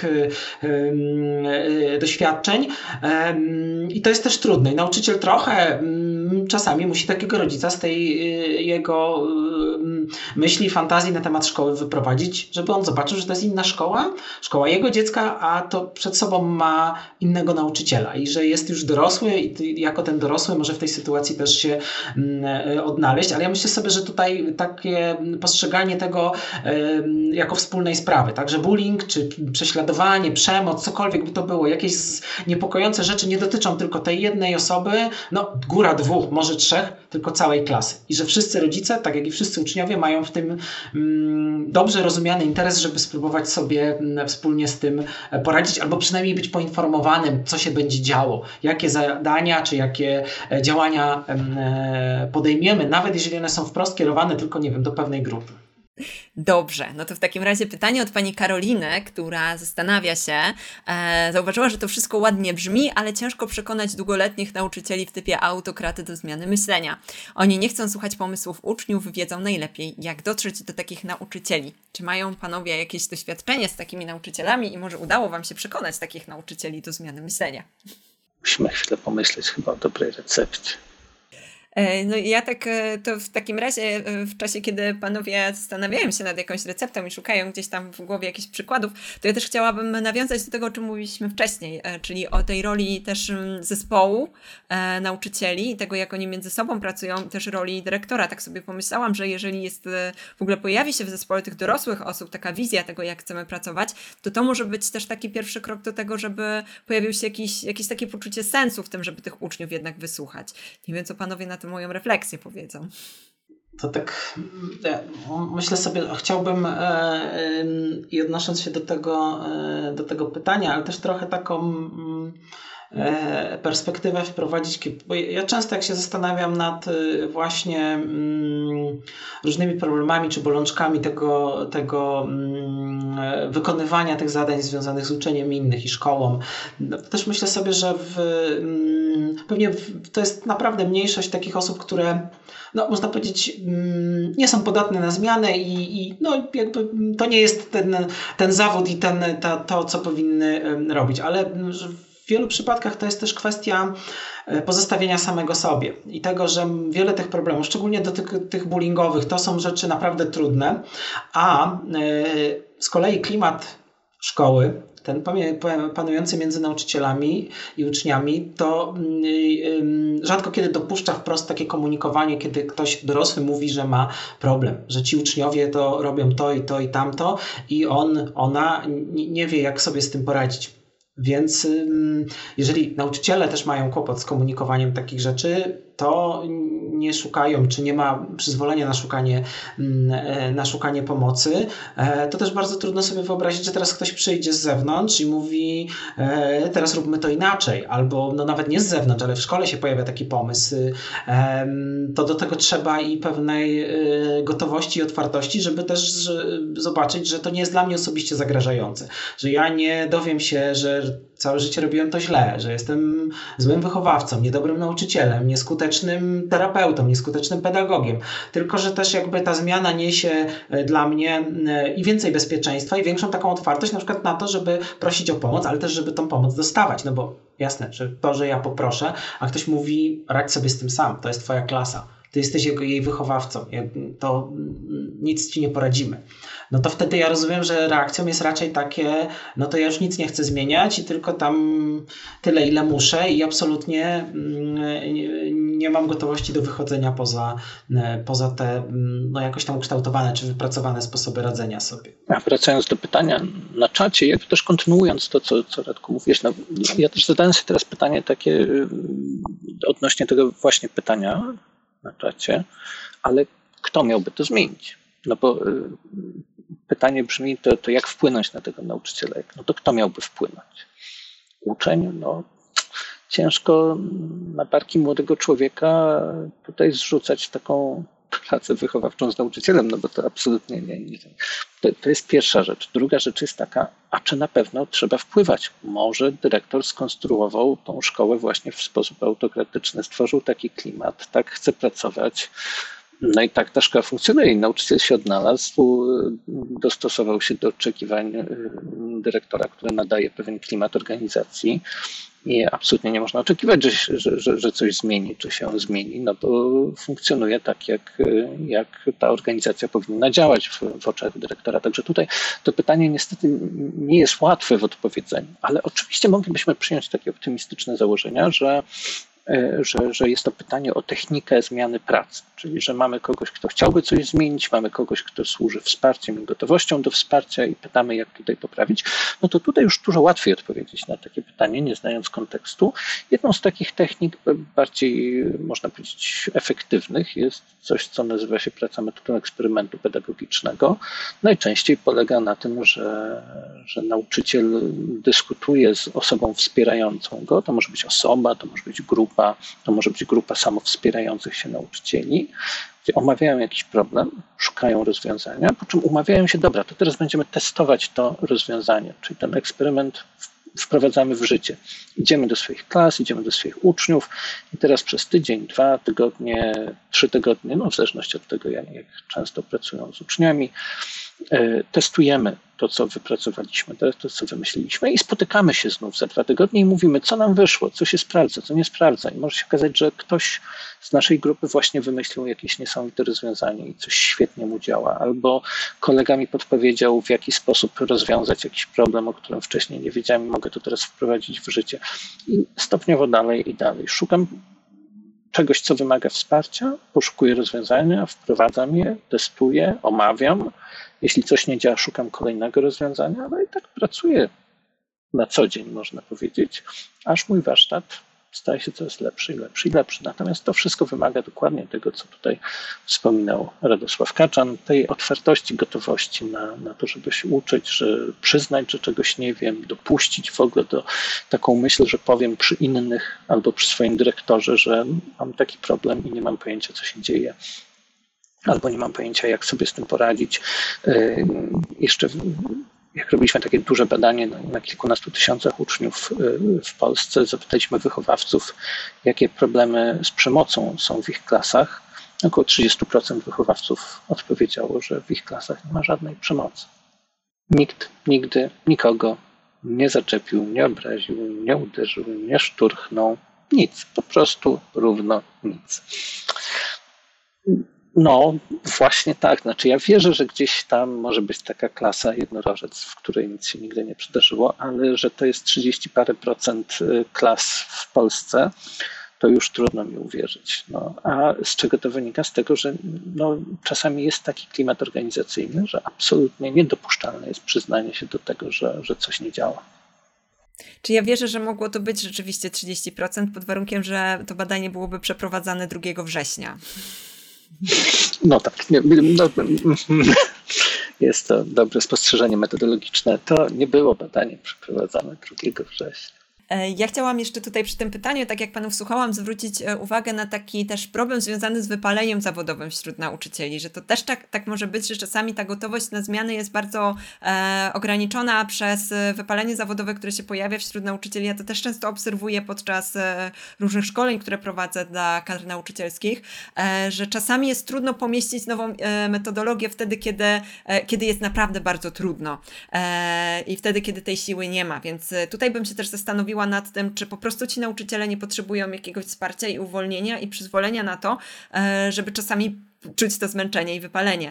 doświadczeń. I to jest też trudne. I nauczyciel trochę czasami musi takiego rodzica z tej jego myśli, fantazji na temat szkoły wyprowadzić, żeby on zobaczył, że to jest inna szkoła jego dziecka, a to przed sobą ma innego nauczyciela i że jest już dorosły i jako ten dorosły może w tej sytuacji też się odnaleźć, ale ja myślę sobie, że tutaj takie postrzeganie tego jako wspólnej sprawy, także bullying, czy prześladowanie, przemoc, cokolwiek by to było, jakieś niepokojące rzeczy nie dotyczą tylko tej jednej osoby, no góra 2, może 3, tylko całej klasy i że wszyscy rodzice, tak jak i wszyscy uczniowie mają w tym dobrze rozumiany interes, żeby spróbować sobie wspólnie z tym poradzić, albo przynajmniej być poinformowanym, co się będzie działo, jakie zadania, czy jakie działania podejmiemy, nawet jeżeli one są wprost kierowane tylko, nie wiem, do pewnej grupy. Dobrze, no to w takim razie pytanie od pani Karoliny, która zastanawia się, zauważyła, że to wszystko ładnie brzmi, ale ciężko przekonać długoletnich nauczycieli w typie autokraty do zmiany myślenia. Oni nie chcą słuchać pomysłów uczniów, wiedzą najlepiej, jak dotrzeć do takich nauczycieli. Czy mają panowie jakieś doświadczenie z takimi nauczycielami i może udało wam się przekonać takich nauczycieli do zmiany myślenia? Musimy chwilę pomyśleć chyba o dobrej recepcie. No i ja tak to w takim razie w czasie, kiedy panowie zastanawiają się nad jakąś receptą i szukają gdzieś tam w głowie jakichś przykładów, to ja też chciałabym nawiązać do tego, o czym mówiliśmy wcześniej, czyli o tej roli też zespołu nauczycieli i tego, jak oni między sobą pracują, też roli dyrektora. Tak sobie pomyślałam, że jeżeli jest w ogóle pojawi się w zespole tych dorosłych osób taka wizja tego, jak chcemy pracować, to może być też taki pierwszy krok do tego, żeby pojawił się jakieś takie poczucie sensu w tym, żeby tych uczniów jednak wysłuchać. Nie wiem, co panowie na to moją refleksję powiedzą. To tak, myślę sobie, chciałbym i odnosząc się do tego pytania, ale też trochę taką perspektywę wprowadzić, bo ja często jak się zastanawiam nad właśnie różnymi problemami czy bolączkami tego wykonywania tych zadań związanych z uczeniem innych i szkołą, to też myślę sobie, że pewnie to jest naprawdę mniejszość takich osób, które no, można powiedzieć, nie są podatne na zmianę i no, jakby to nie jest ten zawód i to, co powinny robić, ale w wielu przypadkach to jest też kwestia pozostawienia samego sobie i tego, że wiele tych problemów, szczególnie do tych bullyingowych, to są rzeczy naprawdę trudne, a z kolei klimat szkoły, ten panujący między nauczycielami i uczniami, to rzadko kiedy dopuszcza wprost takie komunikowanie, kiedy ktoś dorosły mówi, że ma problem, że ci uczniowie to robią to i tamto i ona nie wie, jak sobie z tym poradzić. Więc jeżeli nauczyciele też mają kłopot z komunikowaniem takich rzeczy, to nie szukają, czy nie ma przyzwolenia na szukanie pomocy, to też bardzo trudno sobie wyobrazić, że teraz ktoś przyjdzie z zewnątrz i mówi, teraz róbmy to inaczej, albo no nawet nie z zewnątrz, ale w szkole się pojawia taki pomysł. To do tego trzeba i pewnej gotowości i otwartości, żeby też zobaczyć, że to nie jest dla mnie osobiście zagrażające, że ja nie dowiem się, że całe życie robiłem to źle, że jestem złym wychowawcą, niedobrym nauczycielem, nieskutecznym terapeutą, nieskutecznym pedagogiem, tylko że też jakby ta zmiana niesie dla mnie i więcej bezpieczeństwa i większą taką otwartość na przykład na to, żeby prosić o pomoc, ale też żeby tą pomoc dostawać, no bo jasne, że to, że ja poproszę, a ktoś mówi, radź sobie z tym sam, to jest twoja klasa, ty jesteś jej wychowawcą, to nic ci nie poradzimy. No to wtedy ja rozumiem, że reakcją jest raczej takie, no to ja już nic nie chcę zmieniać i tylko tam tyle, ile muszę i absolutnie nie mam gotowości do wychodzenia poza te no jakoś tam ukształtowane czy wypracowane sposoby radzenia sobie. A wracając do pytania na czacie, jak też kontynuując to, co Radku mówisz, no, ja też zadałem sobie teraz pytanie takie odnośnie tego właśnie pytania na czacie, ale kto miałby to zmienić? No bo pytanie brzmi, to jak wpłynąć na tego nauczyciela? No to kto miałby wpłynąć? Uczeń? No ciężko na barki młodego człowieka tutaj zrzucać taką pracę wychowawczą z nauczycielem, no bo to absolutnie nie. To jest pierwsza rzecz. Druga rzecz jest taka, a czy na pewno trzeba wpływać? Może dyrektor skonstruował tą szkołę właśnie w sposób autokratyczny, stworzył taki klimat, tak chce pracować. No i tak ta szkoła funkcjonuje. Nauczyciel się odnalazł, dostosował się do oczekiwań dyrektora, który nadaje pewien klimat organizacji i absolutnie nie można oczekiwać, że coś zmieni, czy się zmieni, no bo funkcjonuje tak, jak ta organizacja powinna działać w oczach dyrektora. Także tutaj to pytanie niestety nie jest łatwe w odpowiedzeniu, ale oczywiście moglibyśmy przyjąć takie optymistyczne założenia, że jest to pytanie o technikę zmiany pracy, czyli że mamy kogoś, kto chciałby coś zmienić, mamy kogoś, kto służy wsparciem i gotowością do wsparcia i pytamy, jak tutaj poprawić, no to tutaj już dużo łatwiej odpowiedzieć na takie pytanie, nie znając kontekstu. Jedną z takich technik bardziej, można powiedzieć, efektywnych jest coś, co nazywa się praca metodą eksperymentu pedagogicznego. Najczęściej polega na tym, że nauczyciel dyskutuje z osobą wspierającą go, to może być osoba, to może być grupa, to może być grupa samowspierających się nauczycieli, gdzie omawiają jakiś problem, szukają rozwiązania, po czym umawiają się, dobra, to teraz będziemy testować to rozwiązanie, czyli ten eksperyment wprowadzamy w życie. Idziemy do swoich klas, idziemy do swoich uczniów i teraz przez tydzień, 2 tygodnie, 3 tygodnie, no w zależności od tego, jak często pracują z uczniami, testujemy to, co wypracowaliśmy, to, co wymyśliliśmy i spotykamy się znów za 2 tygodnie i mówimy, co nam wyszło, co się sprawdza, co nie sprawdza. I może się okazać, że ktoś z naszej grupy właśnie wymyślił jakieś niesamowite rozwiązanie i coś świetnie mu działa, albo kolega mi podpowiedział, w jaki sposób rozwiązać jakiś problem, o którym wcześniej nie wiedziałem i mogę to teraz wprowadzić w życie. I stopniowo dalej i dalej. Szukam czegoś, co wymaga wsparcia, poszukuję rozwiązania, wprowadzam je, testuję, omawiam. Jeśli coś nie działa, szukam kolejnego rozwiązania, no i tak pracuję na co dzień, można powiedzieć, aż mój warsztat staje się coraz lepszy i lepszy i lepszy. Natomiast to wszystko wymaga dokładnie tego, co tutaj wspominał Radosław Kaczan, tej otwartości, gotowości na to, żeby się uczyć, że przyznać, że czegoś nie wiem, dopuścić w ogóle do taką myśl, że powiem przy innych albo przy swoim dyrektorze, że mam taki problem i nie mam pojęcia, co się dzieje. Albo nie mam pojęcia, jak sobie z tym poradzić. Jeszcze jak robiliśmy takie duże badanie na kilkunastu tysiącach uczniów w Polsce, zapytaliśmy wychowawców, jakie problemy z przemocą są w ich klasach. Około 30% wychowawców odpowiedziało, że w ich klasach nie ma żadnej przemocy. Nikt nigdy nikogo nie zaczepił, nie obraził, nie uderzył, nie szturchnął. Nic, po prostu równo nic. No, właśnie tak. Znaczy ja wierzę, że gdzieś tam może być taka klasa jednorożec, w której nic się nigdy nie przydarzyło, ale że to jest 30 parę procent klas w Polsce, to już trudno mi uwierzyć. No, a z czego to wynika? Z tego, że no, czasami jest taki klimat organizacyjny, że absolutnie niedopuszczalne jest przyznanie się do tego, że coś nie działa. Czy ja wierzę, że mogło to być rzeczywiście 30%, pod warunkiem, że to badanie byłoby przeprowadzane 2 września. No tak, jest to dobre spostrzeżenie metodologiczne. To nie było badanie przeprowadzane 2 września. Ja chciałam jeszcze tutaj przy tym pytaniu, tak jak panów słuchałam, zwrócić uwagę na taki też problem związany z wypaleniem zawodowym wśród nauczycieli, że to też tak może być, że czasami ta gotowość na zmiany jest bardzo ograniczona przez wypalenie zawodowe, które się pojawia wśród nauczycieli. Ja to też często obserwuję podczas różnych szkoleń, które prowadzę dla kadr nauczycielskich, że czasami jest trudno pomieścić nową metodologię wtedy, kiedy jest naprawdę bardzo trudno i wtedy, kiedy tej siły nie ma. Więc tutaj bym się też zastanowiła nad tym, czy po prostu ci nauczyciele nie potrzebują jakiegoś wsparcia i uwolnienia i przyzwolenia na to, żeby czasami czuć to zmęczenie i wypalenie.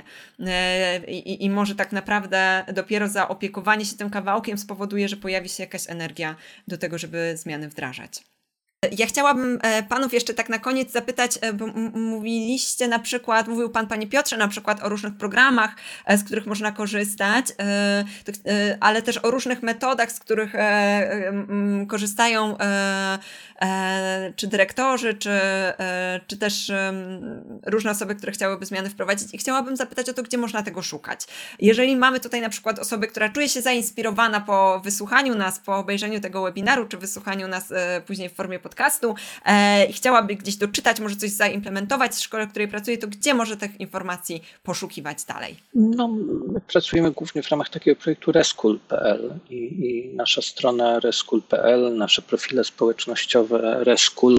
I może tak naprawdę dopiero zaopiekowanie się tym kawałkiem spowoduje, że pojawi się jakaś energia do tego, żeby zmiany wdrażać. Ja chciałabym panów jeszcze tak na koniec zapytać, bo mówiliście na przykład, mówił pan, panie Piotrze, na przykład o różnych programach, z których można korzystać, ale też o różnych metodach, z których korzystają czy dyrektorzy, czy też różne osoby, które chciałyby zmiany wprowadzić. I chciałabym zapytać o to, gdzie można tego szukać. Jeżeli mamy tutaj na przykład osobę, która czuje się zainspirowana po wysłuchaniu nas, po obejrzeniu tego webinaru, czy wysłuchaniu nas później w formie podcastu i chciałaby gdzieś doczytać, może coś zaimplementować w szkole, w której pracuje, to gdzie może tych informacji poszukiwać dalej? No, my pracujemy głównie w ramach takiego projektu reschool.pl i nasza strona reschool.pl, nasze profile społecznościowe reschool,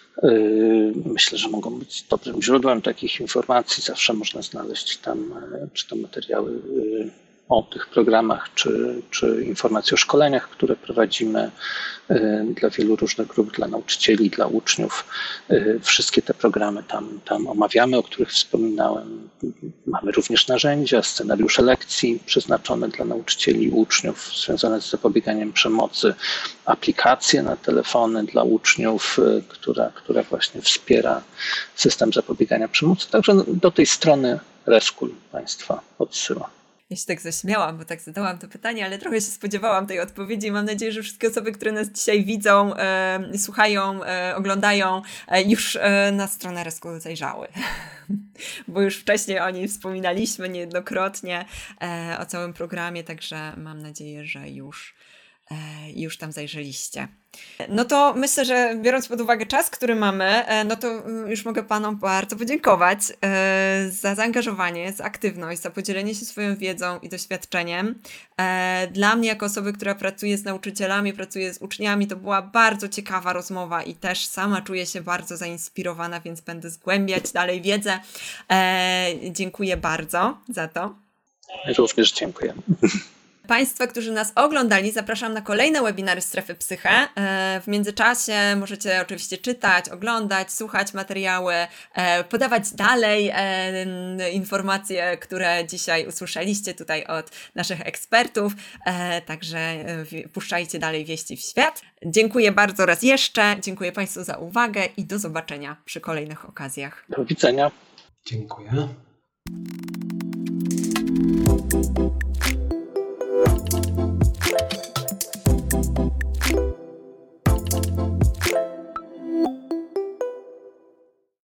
myślę, że mogą być dobrym źródłem takich informacji. Zawsze można znaleźć tam czy to materiały o tych programach, czy informacje o szkoleniach, które prowadzimy dla wielu różnych grup, dla nauczycieli, dla uczniów. Wszystkie te programy tam omawiamy, o których wspominałem. Mamy również narzędzia, scenariusze lekcji przeznaczone dla nauczycieli i uczniów związane z zapobieganiem przemocy, aplikacje na telefony dla uczniów, która właśnie wspiera system zapobiegania przemocy. Także do tej strony Reschool Państwa odsyłam. Ja się tak zaśmiałam, bo tak zadałam to pytanie, ale trochę się spodziewałam tej odpowiedzi. Mam nadzieję, że wszystkie osoby, które nas dzisiaj widzą, słuchają, oglądają, już na stronę Reschool zajrzały. Bo już wcześniej o niej wspominaliśmy niejednokrotnie, o całym programie, także mam nadzieję, że już tam zajrzeliście. No to myślę, że biorąc pod uwagę czas, który mamy, no to już mogę panom bardzo podziękować za zaangażowanie, za aktywność, za podzielenie się swoją wiedzą i doświadczeniem. Dla mnie, jako osoby, która pracuje z nauczycielami, pracuje z uczniami, to była bardzo ciekawa rozmowa i też sama czuję się bardzo zainspirowana, więc będę zgłębiać dalej wiedzę. Dziękuję bardzo za to. Również dziękuję. Państwa, którzy nas oglądali, zapraszam na kolejne webinary Strefy Psyche. W międzyczasie możecie oczywiście czytać, oglądać, słuchać materiały, podawać dalej informacje, które dzisiaj usłyszeliście tutaj od naszych ekspertów. Także puszczajcie dalej wieści w świat. Dziękuję bardzo raz jeszcze. Dziękuję Państwu za uwagę i do zobaczenia przy kolejnych okazjach. Do widzenia. Dziękuję.